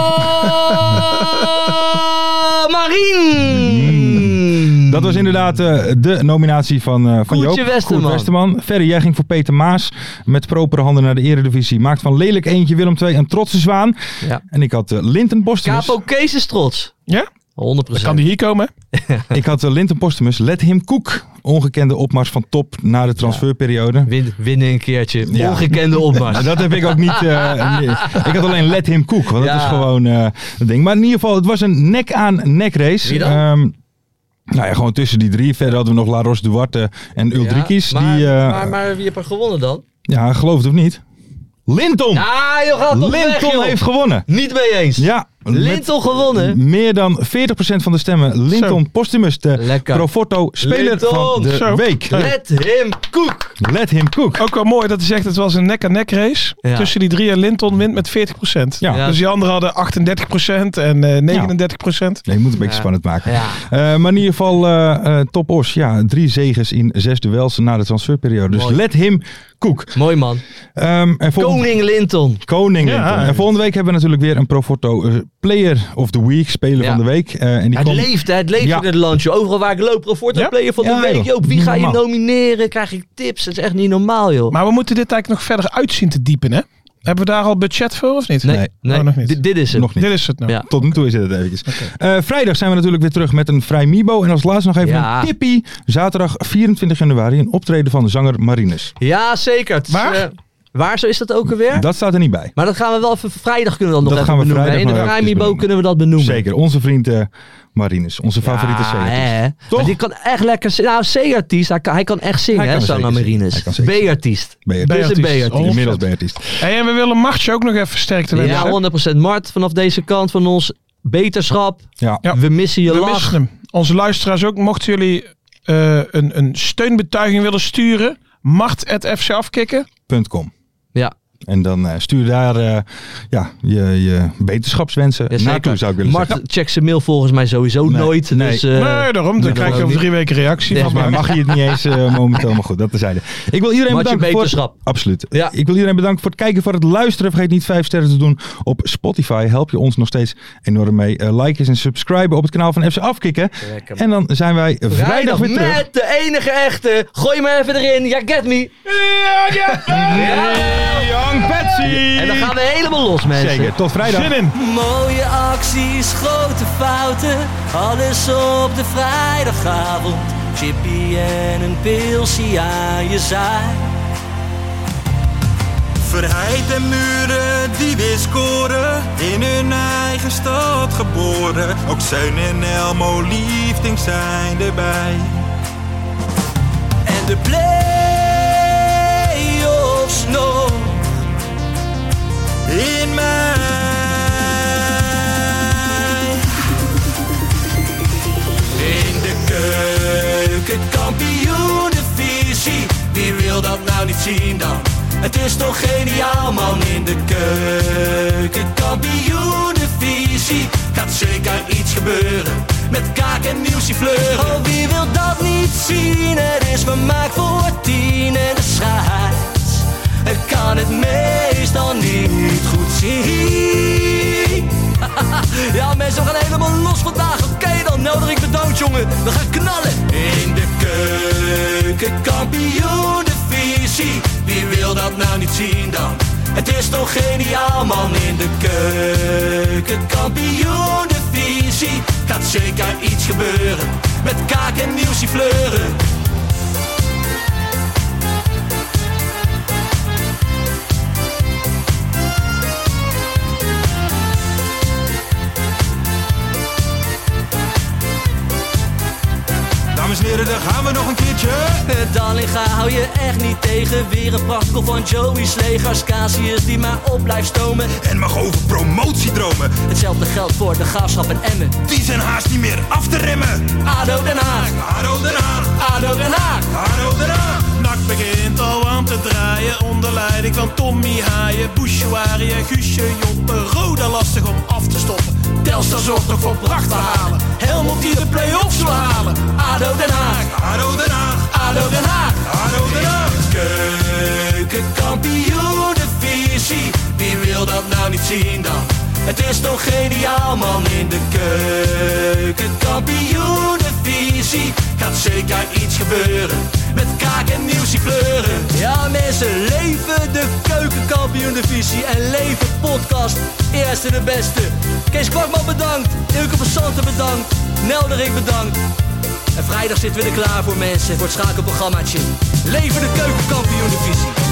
Goal! Marien! Dat was inderdaad eh, de nominatie van, eh van Koertje Joop. Westerman. Koert Westerman. Ferry, jij ging voor Peter Maas. Met propere handen naar de eredivisie. Maakt van lelijk eentje Willem twee een trotse zwaan. Ja. En ik had uh, Linton Postumus. Capo Kees is trots. Ja? honderd Dan procent. kan die hier komen. Ik had uh, Linton Postumus. Let him cook. Ongekende opmars van top na de transferperiode. Win, winnen een keertje. Ja. Ongekende opmars. Dat heb ik ook niet. uh, nee. Ik had alleen Let him cook. Want Ja. dat is gewoon uh, het ding. Maar in ieder geval, het was een nek-aan-nek race. Wie dan? Ehm, nou ja, gewoon tussen die drie. Verder hadden we nog La Roche Duarte en Uldrikis. Ja, maar, die, uh, maar, maar wie heeft er gewonnen dan? ja, geloof het of niet. Linton! Ja, joh, gaat toch weg, Linton joh. heeft gewonnen. Niet mee eens. Ja, Linton gewonnen. met meer dan veertig procent van de stemmen. Linton Postumus, de Lekker. Proforto speler Linton, van de zo. week. Let him cook. Let him cook. Ook wel mooi dat hij zegt het was een nek-aan-nek race. Ja. Tussen die drie en Linton wint met veertig procent. Ja. Ja. Dus die anderen hadden achtendertig procent en eh, negenendertig procent. Nee, je moet het een beetje Ja. spannend maken. Ja. Uh, maar in ieder geval uh, uh, top os. Ja, drie zegens in zes duels na de transferperiode. Dus Mooi. let him cook. Mooi man. Um, en volgende... Koning Linton. Koning Ja. Linton. En volgende week hebben we natuurlijk weer een Proforto uh, Player of the Week, speler Ja. van de week. Uh, en die Het komt- leeft, hè? Het leeft Ja. in het landje. Overal waar ik loop, Proforto Ja? Player van de Ja, week. joh. Joop, wie ga je Normaal. nomineren? Krijg ik tips? Dat is echt niet normaal, joh. Maar we moeten dit eigenlijk nog verder uitzien te diepen, hè? Hebben we daar al budget voor of niet? nee, nee. nee. Oh, nog niet. Dit, dit is het. Nog niet. Dit is het nou. Ja. Tot nu toe is het het eventjes. Uh, vrijdag zijn we natuurlijk weer terug met een vrij Mibo. En als laatste nog even Ja. een tippie. Zaterdag vierentwintig januari een optreden van de zanger Marinus. Ja, zeker. Het is, Waar? eh, waar zo is dat ook alweer? Dat staat er niet bij. Maar dat gaan we wel even vrijdag kunnen we dat nog Dat even gaan we benoemen. vrijdag In de nog eventjes Vrijmibo benoemen. kunnen we dat benoemen. Zeker, onze vriend uh, Marinus. Onze favoriete ja, zeeartiest. hè. Toch? Maar die kan echt lekker zingen. Nou, C-artiest, hij kan, hij kan echt zingen, Hij hè, kan Sanger zeker zingen. Marinus. Hij kan zeker zingen. B-artiest. Ben je Dus een B-artiest. B-artiest. Oh, inmiddels B-artiest. Hey, en we willen Martje ook nog even versterkt hebben. Ja, honderd procent. Mart, vanaf deze kant van ons, beterschap. Ja. Ja. We missen je We lach. missen hem. Onze luisteraars ook. Mochten jullie eh, een, een steunbetuiging willen sturen, mart at f c afkikken. Punt com. Ja. En dan uh, stuur daar uh, ja, je, je beterschapswensen Ja, zeker. naartoe, zou ik willen Mart zeggen. checkt zijn mail volgens mij sowieso Nee, nooit. nee. Dus, uh, nee, daarom. Dan dat krijg je ook over niet. drie weken reactie. Ja, van Volgens mij mag je het niet eens uh, momenteel, maar goed, dat terzijde. Ik wil iedereen Martje bedanken voor... beterschap. Absoluut. Ja. Ik wil iedereen bedanken voor het kijken, voor het luisteren. Vergeet niet vijf sterren te doen op Spotify. Help je ons nog steeds enorm mee. Uh, like eens en subscribe op het kanaal van F C Afkikken. Lekker, man. En dan zijn wij vrijdag, Vrijdag weer terug. met de enige echte. Gooi maar even erin. Ja, get me. Ja. Young Patsy! En dan gaan we helemaal los, mensen. Zeker, tot vrijdag. Zin in. Mooie acties, grote fouten, alles op de vrijdagavond. Chippy en een pilsie aan je zaai. Verheid en muren die weer scoren, in hun eigen stad geboren. Ook Zeun en Elmo liefding zijn erbij. En de play-offs nog In mij. in de keuken, kampioenenvisie. Wie wil dat nou niet zien dan? Het is toch geniaal man, in de keuken, kampioenenvisie. Gaat zeker iets gebeuren, met kaak en nieuwsie fleuren. Oh, wie wil dat niet zien? Het is vermaakt voor tien en de scheids. Ik kan het meestal niet goed zien. Ja mensen, we gaan helemaal los vandaag, oké dan. jongen, we gaan knallen. In de keukenkampioenenvisie, wie wil dat nou niet zien dan? Het is toch geniaal man, in de keukenkampioenenvisie gaat zeker iets gebeuren, met kaak en nieuwsie fleuren. Dames en heren, daar gaan we nog een keertje. Dallinga hou je echt niet tegen. Weer een prachtkel van Joey's legers. Casius die maar op blijft stomen. En mag over promotiedromen. Hetzelfde geldt voor de Graafschap en Emmen. Die zijn haast niet meer af te remmen. ADO Den Haag, ADO Den Haag, ADO Den Haag, ADO Den Haag. N A C begint al aan te draaien onder leiding van Tommy Haaien, Bouchouari en Guusje Joppen. Roda lastig om af te stoppen. Telstar zorgt nog voor pracht te halen. Helmond die de play-offs wil halen. ADO Den Haag, ADO Den Haag, ADO Den Haag, ADO Den Haag. Keukenkampioenenvisie, wie wil dat nou niet zien dan? Het is toch geniaal man, in de keukenkampioenenvisie gaat zeker iets gebeuren, met kaak en nieuwsie kleuren. Ja mensen, leven de keukenkampioenenvisie en leven podcast, eerste de beste. Kees Kwakman bedankt, Ilke van Santen bedankt, Nelderik bedankt. En vrijdag zitten we er klaar voor mensen, voor het schakelprogrammaatje. Leven de keukenkampioenenvisie.